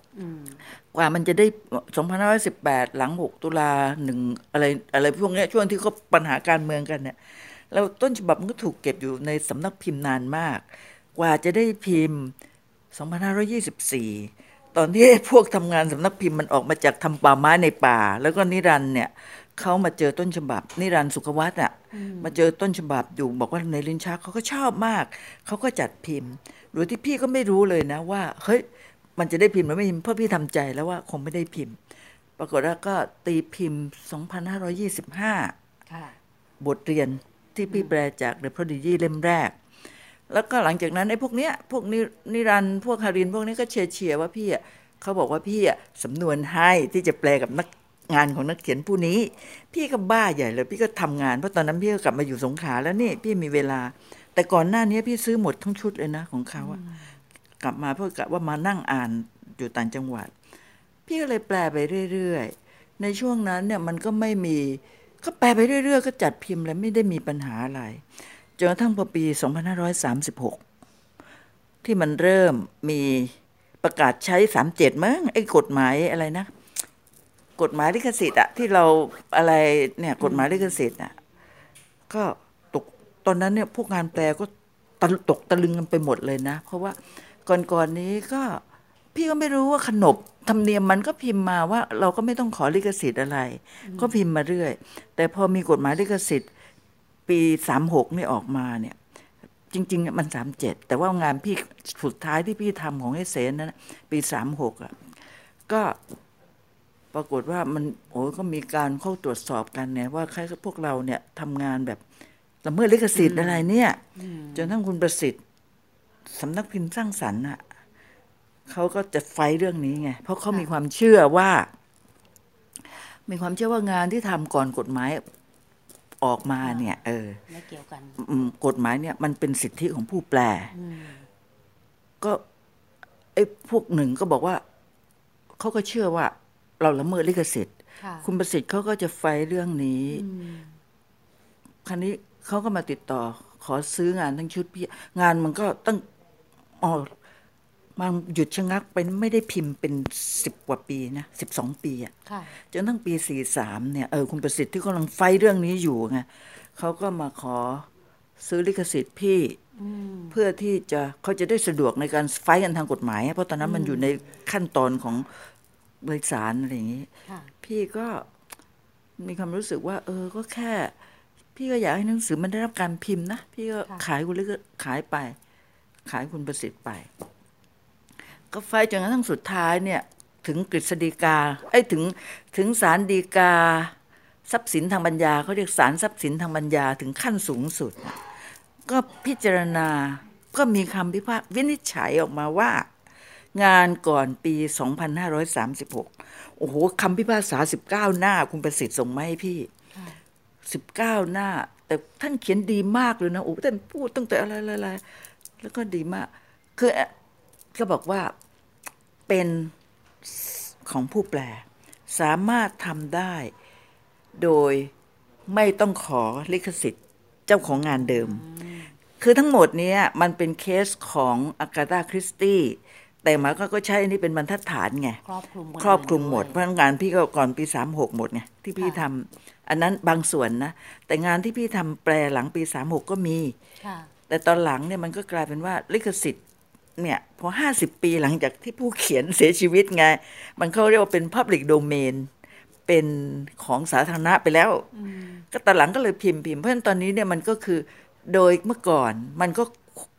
กว่ามันจะได้สองพันห้าร้อยสิบแปดหลังหกตุลาหนึ่งอะไรอะไรพวกนี้ช่วงที่เขาปัญหาการเมืองกันเนี่ยแล้วต้นฉบับมันก็ถูกเก็บอยู่ในสำนักพิมพ์นานมากกว่าจะได้พิมพ์สองพันห้าร้อยยี่สิบสี่ตอนที่พวกทำงานสำนักพิมพ์มันออกมาจากทำป่าไม้ในป่าแล้วก็นิรันดร์เนี่ยเขามาเจอต้นฉบับนิรันดร์สุขวัฒน์อ่ะมาเจอต้นฉบับอยู่บอกว่าในลิ้นชักเขาก็ชอบมากเขาก็จัดพิมพ์โดยที่พี่ก็ไม่รู้เลยนะว่าเฮ้ยมันจะได้พิมพ์หรือไม่พิมพ์เพราะพี่ทำใจแล้วว่าคงไม่ได้พิมพ์ปรากฏว่าก็ตีพิมพ์สองพันห้าร้อยยี่สิบห้าบทเรียนที่พี่แปลจาก The Prodigy เล่มแรกแล้วก็หลังจากนั้นไอ้พวกเนี้ยพวกนิรันดร์พวกฮารินพวกนี้ก็เชียร์ๆว่าพี่อ่ะเขาบอกว่าพี่อ่ะสำนวนให้ที่จะแปลกับนักงานของนักเขียนผู้นี้พี่ก็บ้าใหญ่เลยพี่ก็ทำงานเพราะตอนนั้นพี่ก็กลับมาอยู่สงขลาแล้วนี่พี่มีเวลาแต่ก่อนหน้านี้พี่ซื้อหมดทั้งชุดเลยนะของเขาอ่ะกลับมาเพื่อกะว่ามานั่งอ่านอยู่ต่างจังหวัดพี่ก็เลยแปลไปเรื่อยๆในช่วงนั้นเนี่ยมันก็ไม่มีก็แปลไปเรื่อยๆก็จัดพิมพ์แล้วไม่ได้มีปัญหาอะไรจนกระทั่งพอปีสองพันห้าร้อยสามสิบหกที่มันเริ่มมีประกาศใช้สามสิบเจ็ดมั้งไอ้กฎหมายอะไรนะกฎหมายลิขสิทธิ์อะที่เราอะไรเนี่ยกฎหมายลิขสิทธิ์อะก็ตกตอนนั้นเนี่ยพวกงานแปลก็ตกตะลึงกันไปหมดเลยนะเพราะว่าก่อนๆนี้ก็พี่ก็ไม่รู้ว่าขนบธรรมเนียมมันก็พิมพ์มาว่าเราก็ไม่ต้องขอลิขสิทธิ์อะไรก็พิมพ์มาเรื่อยแต่พอมีกฎหมายลิขสิทธิ์ปีสามสิบหกนี่ออกมาเนี่ยจริงๆมันสามสิบเจ็ดแต่ว่างานพี่สุดท้ายที่พี่ทำของไอ้เสนนั้นปีสามสิบหกอ่ะก็ปรากฏว่ามันโอ้ก็มีการเข้าตรวจสอบกันเนี่ยว่าใครพวกเราเนี่ยทำงานแบบละเมิดลิขสิทธิ์อะไรเนี่ยจนทั้งคุณประสิทธิ์สำนักพิมพ์สร้างสรรค์อ่ะเขาก็จะไฟเรื่องนี้ไงเพราะเขามีความเชื่อว่ามีความเชื่อว่างานที่ทำก่อนกฎหมายออกมาเนี่ยเออไม่เกี่ยวกันกฎหมายเนี่ยมันเป็นสิทธิของผู้แปลก็ไอ้พวกหนึ่งก็บอกว่าเขาก็เชื่อว่าเราละเมิดลิขสิทธิ์คุณประสิทธิ์เขาก็จะไฟเรื่องนี้คราวนี้เขาก็มาติดต่อขอซื้องานทั้งชุดพี่งานมันก็ตั้งอ๋อมันหยุดชะงักเป็นไม่ได้พิมพ์เป็นสิบกว่าปีนะสิบสองปีอ่ะจนทั้งปีสี่สิบสามเนี่ยเออคุณประสิทธิ์ที่กำลังไฟเรื่องนี้อยู่ไงเขาก็มาขอซื้อลิขสิทธิ์พี่เพื่อที่จะเขาจะได้สะดวกในการไฟกันทางกฎหมายเพราะตอนนั้นมันอยู่ในขั้นตอนของบริษัทอะไรอย่างนี้พี่ก็มีความรู้สึกว่าเออก็แค่พี่ก็อยากให้หนังสือมันได้รับการพิมพ์นะพี่ก็ขายคุณลิขขายไปขายคุณประสิทธิ์ไปก็ไฟจนกระทั่งสุดท้ายเนี่ยถึงกฤษฎีกาไอ้ถึงถึงศาลฎีกาทรัพย์สินทางปัญญาเขาเรียกศาลทรัพย์สินทางปัญญาถึงขั้นสูงสุดก็พิจารณาก็มีคำพิพากษาวินิจฉัยออกมาว่างานก่อนปีสองพันห้าร้อยสามสิบหกโอ้โหคำพิพากษาสิบเก้าหน้าคุณประสิทธิ์ส่งมาให้พี่สิบเก้าหน้าแต่ท่านเขียนดีมากเลยนะโอ้ท่านพูดตั้งแต่อะไรๆแล้วก็ดีมากคือก็บอกว่าเป็นของผู้แปลสามารถทำได้โดยไม่ต้องขอลิขสิทธิ์เจ้าของงานเดิมคือทั้งหมดนี้มันเป็นเคสของอากาธาคริสตี้แต่หมายก็ใช้อันนี้เป็นบรรทัดฐานไงครอบคลุมครอบคลุมหมดเพราะงานพี่ก็ก่อนปีสามสิบหกหมดไงที่พี่ทำอันนั้นบางส่วนนะแต่งานที่พี่ทำแปลหลังปีสามสิบหกก็มีแต่ตอนหลังเนี่ยมันก็กลายเป็นว่าลิขสิทธิ์เนี่ยพอห้าสิบปีหลังจากที่ผู้เขียนเสียชีวิตไงมันเขาเรียกว่าเป็น public domain เป็นของสาธารณะไปแล้วก็ตอนหลังก็เลยพิมพ์พิมพ์เพราะฉะนั้นตอนนี้เนี่ยมันก็คือโดยเมื่อก่อนมันก็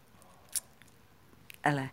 อะไร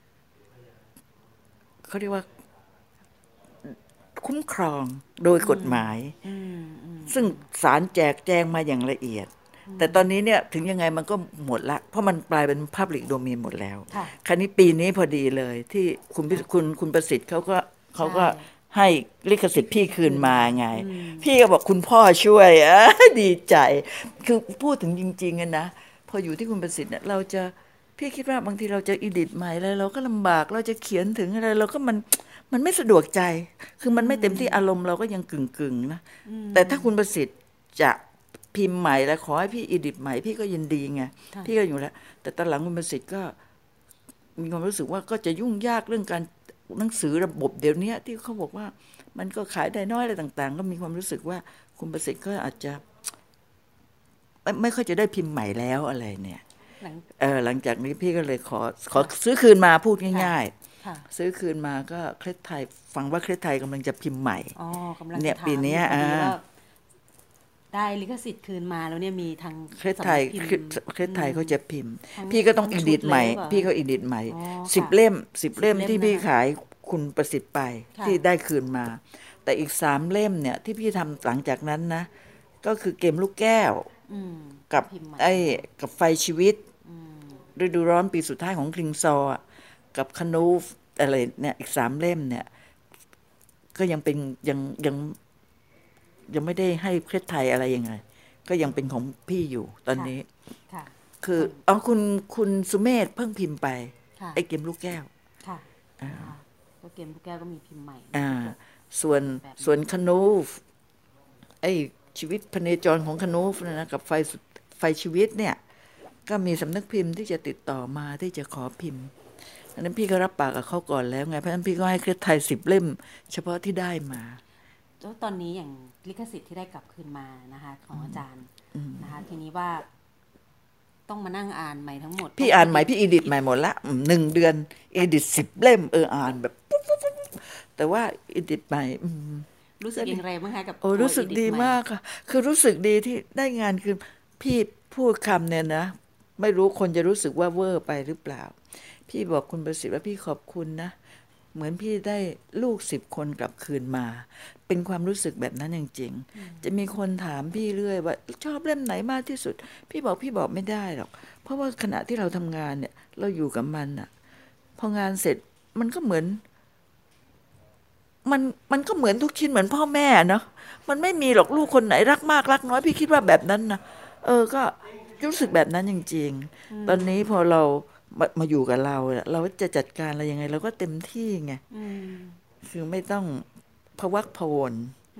เขาเรียกว่าคุ้มครองโดยกฎหมายซึ่งศาลแจกแจงมาอย่างละเอียดแต่ตอนนี้เนี่ยถึงยังไงมันก็หมดละเพราะมันกลายเป็น Public Domain หมดแล้วคราวนี้ปีนี้พอดีเลยที่คุณคุณคุณประสิทธิ์เขาก็เขาก็ให้ลิขสิทธิ์พี่คืนมาไงพี่ก็บอกคุณพ่อช่วยอ่ะดีใจคือพูดถึงจริงๆกันนะพออยู่ที่คุณประสิทธิ์เนี่ยเราจะพี่คิดว่าบางทีเราจะอีดิทใหม่อะไรเราก็ลำบากเราจะเขียนถึงอะไรเราก็มันมันไม่สะดวกใจคือมันไม่เต็มที่อารมณ์เราก็ยังกึ่งๆนะแต่ถ้าคุณประสิทธิ์จะพิมพ์ใหม่แล้วขอให้พี่อีดิทใหม่พี่ก็ยินดีไงพี่ก็อยู่แล้วแต่ตอนหลังคุณประสิทธิ์ก็มีความรู้สึกว่าก็จะยุ่งยากเรื่องการหนังสือระบบเดี๋ยวนี้ที่เขาบอกว่ามันก็ขายได้น้อยอะไรต่างๆก็มีความรู้สึกว่าคุณประสิทธิ์ก็อาจจะไม่ไม่ค่อยจะได้พิมพ์ใหม่แล้วอะไรเนี่ยเออหลังจากนี้พี่ก็เลยขอขอซื้อคืนมาพูดง่ายๆซื้อคืนมาก็เคล็ดไทยฟังว่าเคล็ดไทยกำลังจะพิมพ์ใหม่อ๋อกำลังเนี่ยปีนี้อ่าได้ลิขสิทธิ์คืนมาแล้วเนี่ยมีทางเคล็ดไทยเคล็ดไทยเขาจะพิมพ์พี่ก็ต้องอีดิทใหม่พี่ก็อีดิทใหม่สิบเล่มสิบเล่มที่พี่ขายคุณประสิทธิ์ไปที่ได้คืนมาแต่อีกสามเล่มเนี่ยที่พี่ทำหลังจากนั้นนะก็คือเกมลูกแก้วกับไอ้กับไฟชีวิตฤดูร้อนปีสุดท้ายของคลิงซอกับคนูฟอะไรเนี่ยอีกสามเล่มเนี่ยก็ยังเป็นยังยังยังไม่ได้ให้เคล็ดไทยอะไรยังไงก็ยังเป็นของพี่อยู่ตอนนี้คือเอาคุณคุณสุเมธเพิ่งพิมพ์ไปไอ้เกมลูกแก้วค่ะก็เกมลูกแก้วก็มีพิมพ์ใหม่อ่าส่วนส่วนคนูฟไอ้ชีวิตพเนจรของคนูฟนะกับไฟไฟชีวิตเนี่ยก็มีสำนักพิมพ์ที่จะติดต่อมาที่จะขอพิมพ์อันนั้นพี่ก็รับปากกับเขาก่อนแล้วไงเพราะฉะนั้นพี่ก็ให้เคล็ดไทยสิบเล่มเฉพาะที่ได้มาแล้วตอนนี้อย่างลิขสิทธิ์ที่ได้กลับคืนมานะคะของอาจารย์นะคะทีนี้ว่าต้องมานั่งอ่านใหม่ทั้งหมดพี่อ่านใหม่พี่อีดิทใหม่หมดละหนึ่งเดือนอีดิทสิบเล่มเอออ่านแบบแต่ว่าอีดิทใหม่รู้สึกอย่างไรบ้างคะกับโอ้รู้สึกดีมากค่ะคือรู้สึกดีที่ได้งานคือพี่พูดคำเนี่ยนะไม่รู้คนจะรู้สึกว่าเวอร์ไปหรือเปล่าพี่บอกคุณประสิทธิ์ว่าพี่ขอบคุณนะเหมือนพี่ได้ลูกสิบคนกลับคืนมาเป็นความรู้สึกแบบนั้นจริงๆจะมีคนถามพี่เรื่อยว่าชอบเล่มไหนมากที่สุดพี่บอกพี่บอกไม่ได้หรอกเพราะว่าขณะที่เราทำงานเนี่ยเราอยู่กับมันอะพองานเสร็จมันก็เหมือนมันมันก็เหมือนทุกชิ้นเหมือนพ่อแม่เนาะมันไม่มีหรอกลูกคนไหนรักมากรักน้อยพี่คิดว่าแบบนั้นนะเออก็รู้สึกแบบนั้นจริงๆตอนนี้พอเรามามาอยู่กับเราเราจะจัดการอะไรยังไงเราก็เต็มที่ไงคือไม่ต้องพวักพวน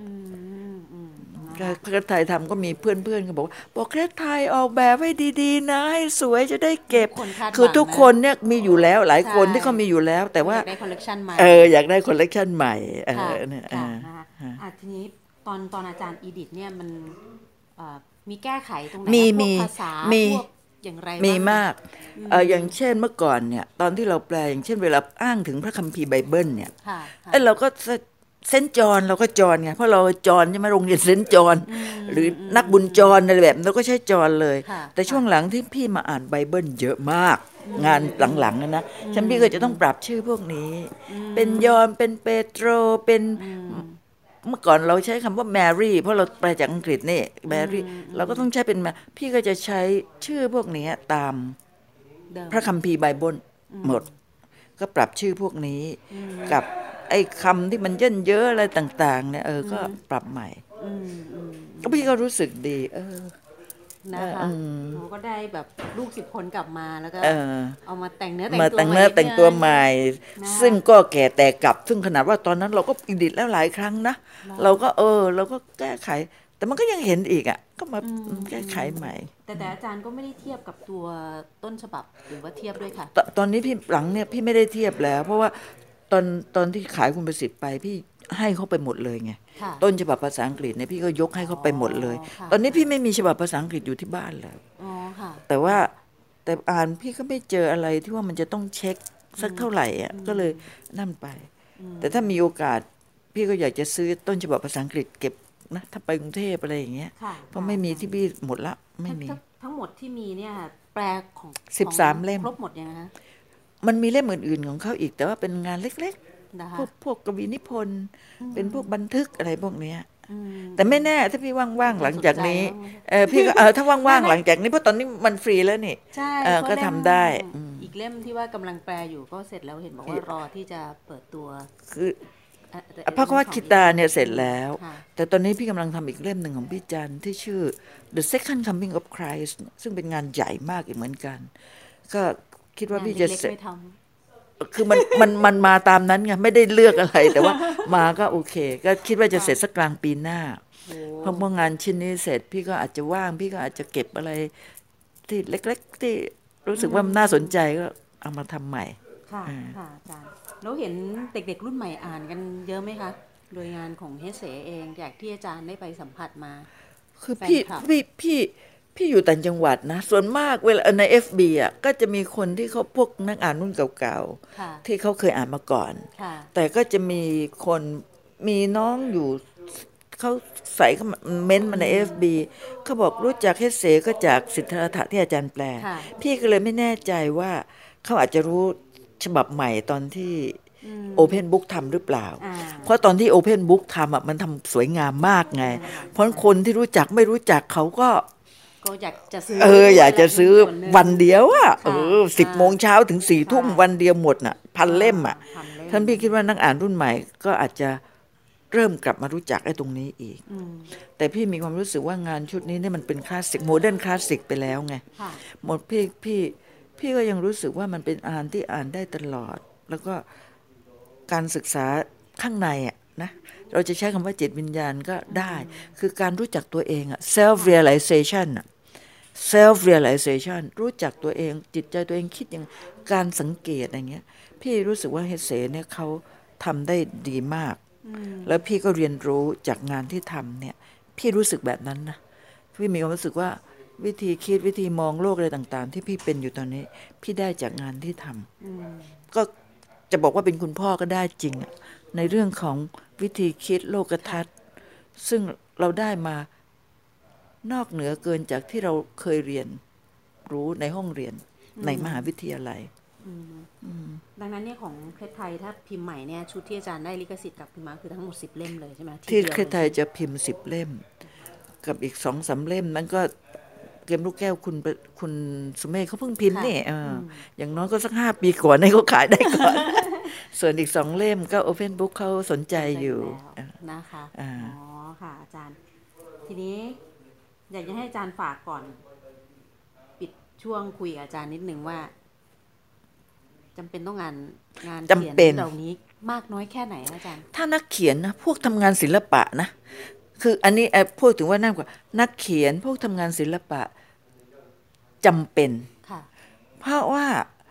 เครือไทยทำก็มีเพื่อนๆเขาบอกว่าบอกเครือไทยออกแบบให้ดีๆนะให้สวยจะได้เก็บคือทุกคนเนี่ยมีอยู่แล้วหลายคนที่เขามีอยู่แล้วแต่ว่าอยากได้คอลเลกชันใหม่เอออยากได้คอลเลกชันใหม่เออเนี่ยอ่าทีนี้ตอนตอนอาจารย์อีดิทเนี่ยมันมีแก้ไขตรงไหนพวกภาษาพวกอย่างไรมีมากเอออย่างเช่นเมื่อก่อนเนี่ยตอนที่เราแปลอย่างเช่นเวลาอ้างถึงพระคัมภีร์ไบเบิลเนี่ยเออเราก็เซนต์จอห์นเราก็จอห์นไงเพราะเราจอห์นใช่ไหมโรงเรียนเซนต์จอห์นหรือนักบุญจอห์นอะไรแบบเราก็ใช้จอห์นเลยแต่ช่วงหลังที่พี่มาอ่านไบเบิลเยอะมากงานหลังๆนะนะฉันพี่ก็จะต้องปรับชื่อพวกนี้เป็นยอห์นเป็นเปโตรเป็นเมื่อก่อนเราใช้คำว่าแมรี่เพราะเราแปลจากอังกฤษนี่แมรี่เราก็ต้องใช้เป็นพี่ก็จะใช้ชื่อพวกนี้ตามพระคัมภีร์ไบเบิลหมดก็ปรับชื่อพวกนี้กับไอ้คำที่มันเยินเยอะอะไรต่างๆเนี่ยเออก็ปรับใหม่ก็พี่ก็รู้สึกดีเออนะคะหนูก็ได้แบบลูกสิบคนกลับมาแล้วก็เอามาแต่งเนื้อแต่งตัวใหม่แต่งตัวใหม่ซึ่งก็แก่แต่กลับซึ่งขนาดว่าตอนนั้นเราก็อิดิทแล้วหลายครั้งนะเราก็เออเราก็แก้ไขแต่มันก็ยังเห็นอีกอ่ะก็มาแก้ไขใหม่แต่แต่อาจารย์ก็ไม่ได้เทียบกับตัวต้นฉบับหรือว่าเทียบด้วยค่ะตอนนี้พี่หลังเนี่ยพี่ไม่ได้เทียบแล้วเพราะว่าตอนตอนที่ขายคุณประสิทธิ์ไปพี่ให้เขาไปหมดเลยไงต้นฉบับภาษาอังกฤษเนี่ยพี่ก็ยกให้เขาไปหมดเลยตอนนี้พี่ไม่มีฉบับภาษาอังกฤษอยู่ที่บ้านแล้วแต่ว่าแต่อ่านพี่ก็ไม่เจออะไรที่ว่ามันจะต้องเช็คสักเท่าไหร่อ่ะก็เลยนั่นไปแต่ถ้ามีโอกาสพี่ก็อยากจะซื้อต้นฉบับภาษาอังกฤษเก็บนะถ้าไปกรุงเทพอะไรอย่างเงี้ยเพราะไม่มีที่พี่หมดละไม่มีทั้งหมดที่มีเนี่ยแปลของสิบสามเล่มครบหมดยังไงคะมันมีเล่มอื่นๆของเขาอีกแต่ว่าเป็นงานเล็กๆพวกพวกกวีนิพนธ์เป็นพวกบันทึกอะไรพวกเนี้ยแต่ไม่แน่ถ้าพี่ว่างๆหลังจากนี้เออพี่ก็เออถ้าว่างๆหลังจากนี้เพราะตอนนี้มันฟรีแล้วนี่เออก็ทำได้อีกเล่มที่ว่ากำลังแปลอยู่ก็เสร็จแล้วเห็นบอกว่ารอที่จะเปิดตัวคือพระควคิตาเนี่ยเสร็จแล้วแต่ตอนนี้พี่กำลังทำอีกเล่มหนึ่งของพี่จันที่ชื่อ The Second Coming of Christ ซึ่งเป็นงานใหญ่มากอีกเหมือนกันก็คิดว่าพี่จะเสร็จคือมันมันมันมาตามนั้นไงไม่ได้เลือกอะไรแต่ว่ามาก็โอเคก็คิดว่าจะเสร็จสักกลางปีหน้าเพราะพองานชิ้นนี้เสร็จพี่ก็อาจจะว่างพี่ก็อาจจะเก็บอะไรที่เล็กๆที่รู้สึกว่าน่าสนใจก็เอามาทำใหม่ค่ะค่ะอาจารย์แล้วเห็นเด็กๆรุ่นใหม่อ่านกันเยอะไหมคะโดยงานของเฮเสเองจากที่อาจารย์ได้ไปสัมผัสมาคือพี่พี่พี่พี่อยู่ต่างจังหวัดนะส่วนมากเวลาใน เอฟ บี อ่ะก็จะมีคนที่เขาพวกนักอ่านรุ่นเก่าๆที่เขาเคยอ่านมาก่อนแต่ก็จะมีคนมีน้องอยู่เขาใส่เม้นต์มาใน เอฟ บี เขาบอกรู้จักเฮเสก็จากสิทธัตถะที่อาจารย์แปลพี่ก็เลยไม่แน่ใจว่าเขาอาจจะรู้ฉบับใหม่ตอนที่Open Book ทำหรือเปล่าเพราะตอนที่ Open Book ทำอ่ะมันทำสวยงามมากไงเพราะคนที่รู้จักไม่รู้จักเขาก็ก็อยากจะซื้อเอออยากจะซื้อวันเดียวอ่ะเออสิบโมงเช้าถึงสี่ทุ่มวันเดียวหมดน่ะพันเล่มอ่ะท่านพี่คิดว่านักอ่านรุ่นใหม่ก็อาจจะเริ่มกลับมารู้จักไอ้ตรงนี้อีกแต่พี่มีความรู้สึกว่างานชุดนี้เนี่ยมันเป็นคลาสสิกโมเดิร์นคลาสสิกไปแล้วไงหมดพี่พี่พี่ก็ยังรู้สึกว่ามันเป็นอ่านที่อ่านได้ตลอดแล้วก็การศึกษาข้างในอ่ะนะเราจะใช้คำว่าจิตวิญญาณก็ได้คือการรู้จักตัวเองอ่ะ self realization อ่ะ self realization รู้จักตัวเองจิตใจตัวเองคิดอย่างการสังเกตอะไรเงี้ยพี่รู้สึกว่าเฮเสเนี่ยเขาทำได้ดีมากแล้วพี่ก็เรียนรู้จากงานที่ทำเนี่ยพี่รู้สึกแบบนั้นนะพี่มีความรู้สึกว่าวิธีคิดวิธีมองโลกอะไรต่างๆที่พี่เป็นอยู่ตอนนี้พี่ได้จากงานที่ทำก็จะบอกว่าเป็นคุณพ่อก็ได้จริงในเรื่องของวิธีคิดโลกทัศน์ซึ่งเราได้มานอกเหนือเกินจากที่เราเคยเรียนรู้ในห้องเรียนในมหาวิทยาลัยดังนั้นเนี่ยของเพชรไทยถ้าพิมพ์ใหม่เนี่ยชุดที่อาจารย์ได้ลิขสิทธิ์กับพิมพ์มาคือทั้งหมดสิบเล่มเลยใช่ไหมที่เพชรไทยจะพิมพ์สิบเล่มกับอีก สองสาม เล่มนั้นก็เกมลูกแก้วคุณคุณสุเมฆเขาเพิ่งพิมพ์นี่เอออย่างน้อยก็สักห้าปีก่อนให้เขาขายได้ก่อน ส่วนอีกสองเล่มก็ Open Book เขาสนใจอยู่นะคะอ๋อค่ะอาจารย์ทีนี้อยากจะให้อาจารย์ฝากก่อนปิดช่วงคุยกับอาจารย์นิดนึงว่าจำเป็นต้องงานงานเขียนเหล่านี้มากน้อยแค่ไหนอาจารย์ถ้านักเขียนนะพวกทำงานศิลปะนะคืออันนี้พูดถึงว่านั่นกว่านักเขียนพวกทำงานศิลปะจำเป็นเพราะว่า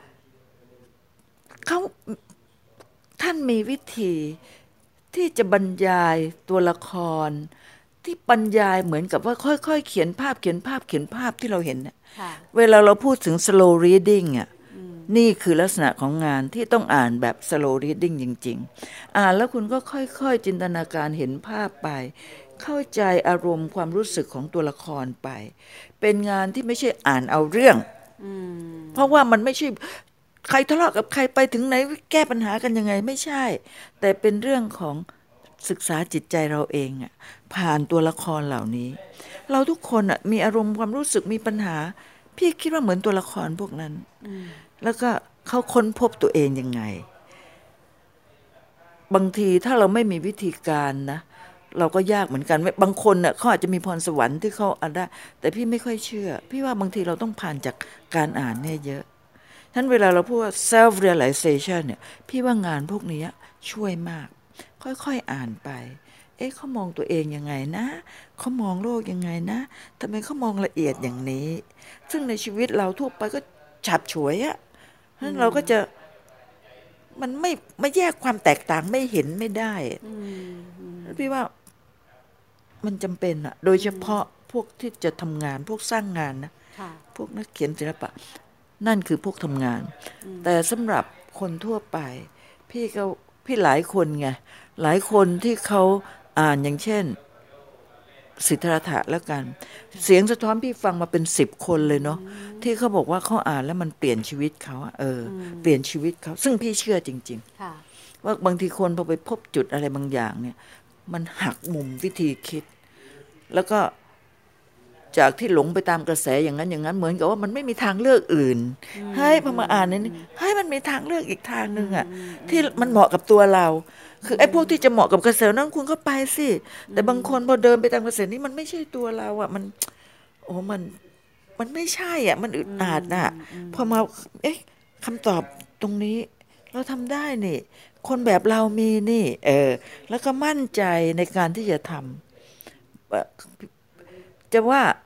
เขาท่านมีวิธีที่จะบรรยายตัวละครที่บรรยายเหมือนกับว่าค่อยๆเขียนภาพเขียนภาพเขียนภาพที่เราเห็นเนี่ยเวลาเราพูดถึง slow reading อ่ะนี่คือลักษณะของงานที่ต้องอ่านแบบ slow reading จริงๆอ่านแล้วคุณก็ค่อยๆจินตนาการเห็นภาพไปเข้าใจอารมณ์ความรู้สึกของตัวละครไปเป็นงานที่ไม่ใช่อ่านเอาเรื่องเพราะว่ามันไม่ใช่ใครทะเลาะกับใครไปถึงไหนแก้ปัญหากันยังไงไม่ใช่แต่เป็นเรื่องของศึกษาจิตใจเราเองอ่ะผ่านตัวละครเหล่านี้เราทุกคนอ่ะมีอารมณ์ความรู้สึกมีปัญหาพี่คิดว่าเหมือนตัวละครพวกนั้นแล้วก็เขาค้นพบตัวเองยังไงบางทีถ้าเราไม่มีวิธีการนะเราก็ยากเหมือนกันบางคนน่ะเขาอาจจะมีพรสวรรค์ที่เขาอ่านได้แต่พี่ไม่ค่อยเชื่อพี่ว่าบางทีเราต้องผ่านจากการอ่านเนี่ยเยอะฉะนั้นเวลาเราพูดว่า self realization เนี่ยพี่ว่างานพวกนี้ช่วยมากค่อยๆอ่านไปเอ๊ะเขามองตัวเองยังไงนะเขามองโลกยังไงนะทำไมเขามองละเอียดอย่างนี้ซึ่งในชีวิตเราทั่วไปก็ฉับฉวยอะฉะนั้นเราก็จะมันไม่ไม่แยกความแตกต่างไม่เห็นไม่ได้พี่ว่ามันจำเป็นอะโดยเฉพาะพวกที่จะทำงานพวกสร้างงานนะพวกนักเขียนศิลปะนั่นคือพวกทำงานแต่สำหรับคนทั่วไปพี่ก็พี่หลายคนไงหลายคนที่เขาอ่านอย่างเช่นสิทธัตถะแล้วกันเสียงสะท้อนพี่ฟังมาเป็นสิบคนเลยเนาะที่เขาบอกว่าเขาอ่านแล้วมันเปลี่ยนชีวิตเขาเออเปลี่ยนชีวิตเขาซึ่งพี่เชื่อจริงๆว่าบางทีคนพอไปพบจุดอะไรบางอย่างเนี่ยมันหักมุมวิธีคิดแล้วก็จากที่หลงไปตามกระแสอย่างนั้นอย่างนั้นเหมือนกับว่ามันไม่มีทางเลือกอื่นให้พอมาอ่านนี่ให้มันมีทางเลือกอีกทางนึงอ่ะที่มันเหมาะกับตัวเราคือไอ้พวกที่จะเหมาะกับกระแสนั้นคุณก็ไปสิแต่บางคนพอเดินไปตามกระแสนี้มันไม่ใช่ตัวเราอ่ะมันโอ้มันมันไม่ใช่อ่ะมันอึดอัดน่ะพอมาเอ๊ะคำตอบตรงนี้เราทำได้นี่คนแบบเรามีนี่เออแล้วก็มั่นใจในการที่จะทำจะว่า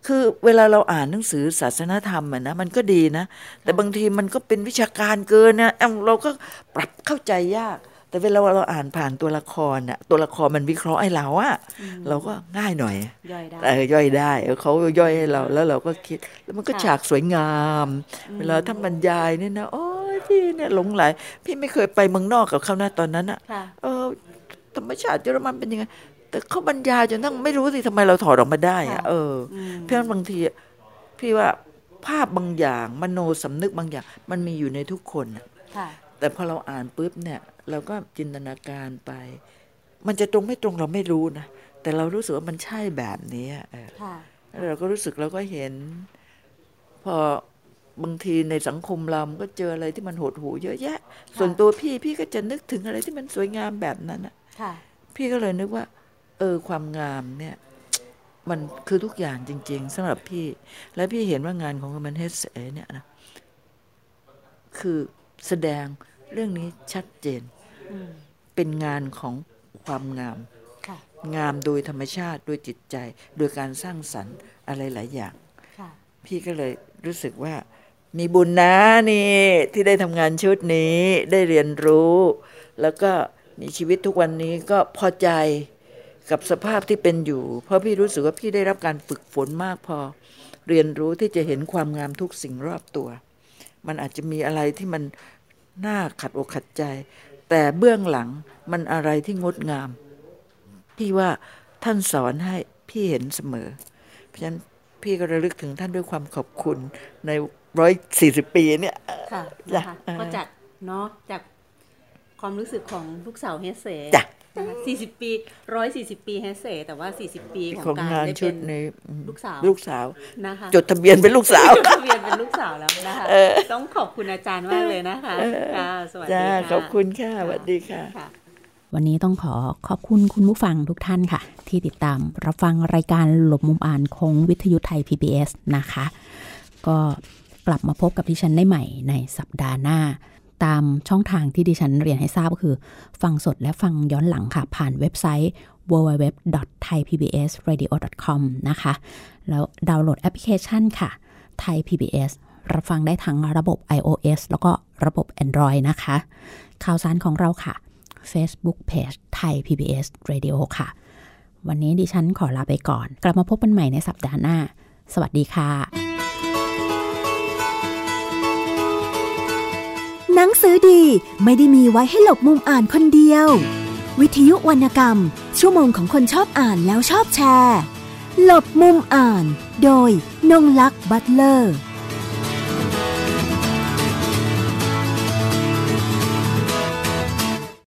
คือเวลาเราอ่านหนังสือศาสนธรรมอะนะมันก็ดีนะแต่บางทีมันก็เป็นวิชาการเกินนะเราก็ปรับเข้าใจยากแต่เวลาเราอ่านผ่านตัวละครน่ะตัวละครมันวิเคราะห์ให้เราอะเราก็ง่ายหน่อยย่อยได้เออย่อยได้เขาย่อยให้เราแล้วเราก็คิดแล้วมันก็ฉากสวยงามเวลาท่านบรรยายเนี่ยนะโอ้ยพี่เนี่ยหลงไหลพี่ไม่เคยไปเมืองนอกกับเขานะตอนนั้นอะเออธรรมชาติเยอรมันเป็นยังไงแต่เขาบรรยายจนทั้งไม่รู้สิทำไมเราถอดออกมาได้อะเออเพราะฉะนั้นบางทีพี่ว่าภาพบางอย่างมโนสำนึกบางอย่างมันมีอยู่ในทุกคนแต่พอเราอ่านปุ๊บเนี่ยเราก็จินตนาการไปมันจะตรงไม่ตรงเราไม่รู้นะแต่เรารู้สึกว่ามันใช่แบบนี้เออแล้วเราก็รู้สึกเราก็เห็นพอบางทีในสังคมเราก็เจออะไรที่มันโหดหู่เยอะแยะส่วนตัวพี่พี่ก็จะนึกถึงอะไรที่มันสวยงามแบบนั้นอ่ะพี่ก็เลยนึกว่าเออความงามเนี่ยมันคือทุกอย่างจริงๆสำหรับพี่และพี่เห็นว่างานของมันเฮสเอเนี่ยนะคือแสดงเรื่องนี้ชัดเจนเป็นงานของความงามงามโดยธรรมชาติโดยจิตใจโดยการสร้างสรรค์อะไรหลายอย่างพี่ก็เลยรู้สึกว่ามีบุญนะนี่ที่ได้ทำงานชุดนี้ได้เรียนรู้แล้วก็มีชีวิตทุกวันนี้ก็พอใจกับสภาพที่เป็นอยู่เพราะพี่รู้สึกว่าพี่ได้รับการฝึกฝนมากพอเรียนรู้ที่จะเห็นความงามทุกสิ่งรอบตัวมันอาจจะมีอะไรที่มันน่าขัดอกขัดใจแต่เบื้องหลังมันอะไรที่งดงามพี่ว่าท่านสอนให้พี่เห็นเสมอเพราะฉะนั้นพี่ก็ระลึกถึงท่านด้วยความขอบคุณในร้อยสี่สิบปีเนี่ยค่ะนะคะก็จากเนาะจากความรู้สึกของลูกสาวเฮเซ่สี่สิบปีหนึ่งร้อยสี่สิบปีเฮเซ่แต่ว่าสี่สิบปีของการได้เป็นลูกสาวลูกสาวนะคะจดทะเบียนเป็นลูกสาวจดทะเบียนเป็นลูกสาวแล้วนะคะต้องขอบคุณอาจารย์มากเลยนะคะค่ะสวัสดีค่ะขอบคุณค่ะสวัสดีค่ะวันนี้ต้องขอขอบคุณคุณผู้ฟังทุกท่านค่ะที่ติดตามรับฟังรายการหลบมุมอ่านของวิทยุไทย พี บี เอส นะคะก็กลับมาพบกับดิฉันได้ใหม่ในสัปดาห์หน้าตามช่องทางที่ดิฉันเรียนให้ทราบก็คือฟังสดและฟังย้อนหลังค่ะผ่านเว็บไซต์ ดับเบิลยู ดับเบิลยู ดับเบิลยู ดอท ไทย พี บี เอส เรดิโอ ดอท คอม นะคะแล้วดาวน์โหลดแอปพลิเคชันค่ะ Thai พี บี เอส รับฟังได้ทั้งระบบ iOS แล้วก็ระบบ Android นะคะข่าวสารของเราค่ะ Facebook Page Thai พี บี เอส Radio ค่ะวันนี้ดิฉันขอลาไปก่อนกลับมาพบกันใหม่ในสัปดาห์หน้าสวัสดีค่ะหนังสือดีไม่ได้มีไว้ให้หลบมุมอ่านคนเดียววิทยุวรรณกรรมชั่วโมงของคนชอบอ่านแล้วชอบแชร์หลบมุมอ่านโดยนงลักษ์บัตเลอร์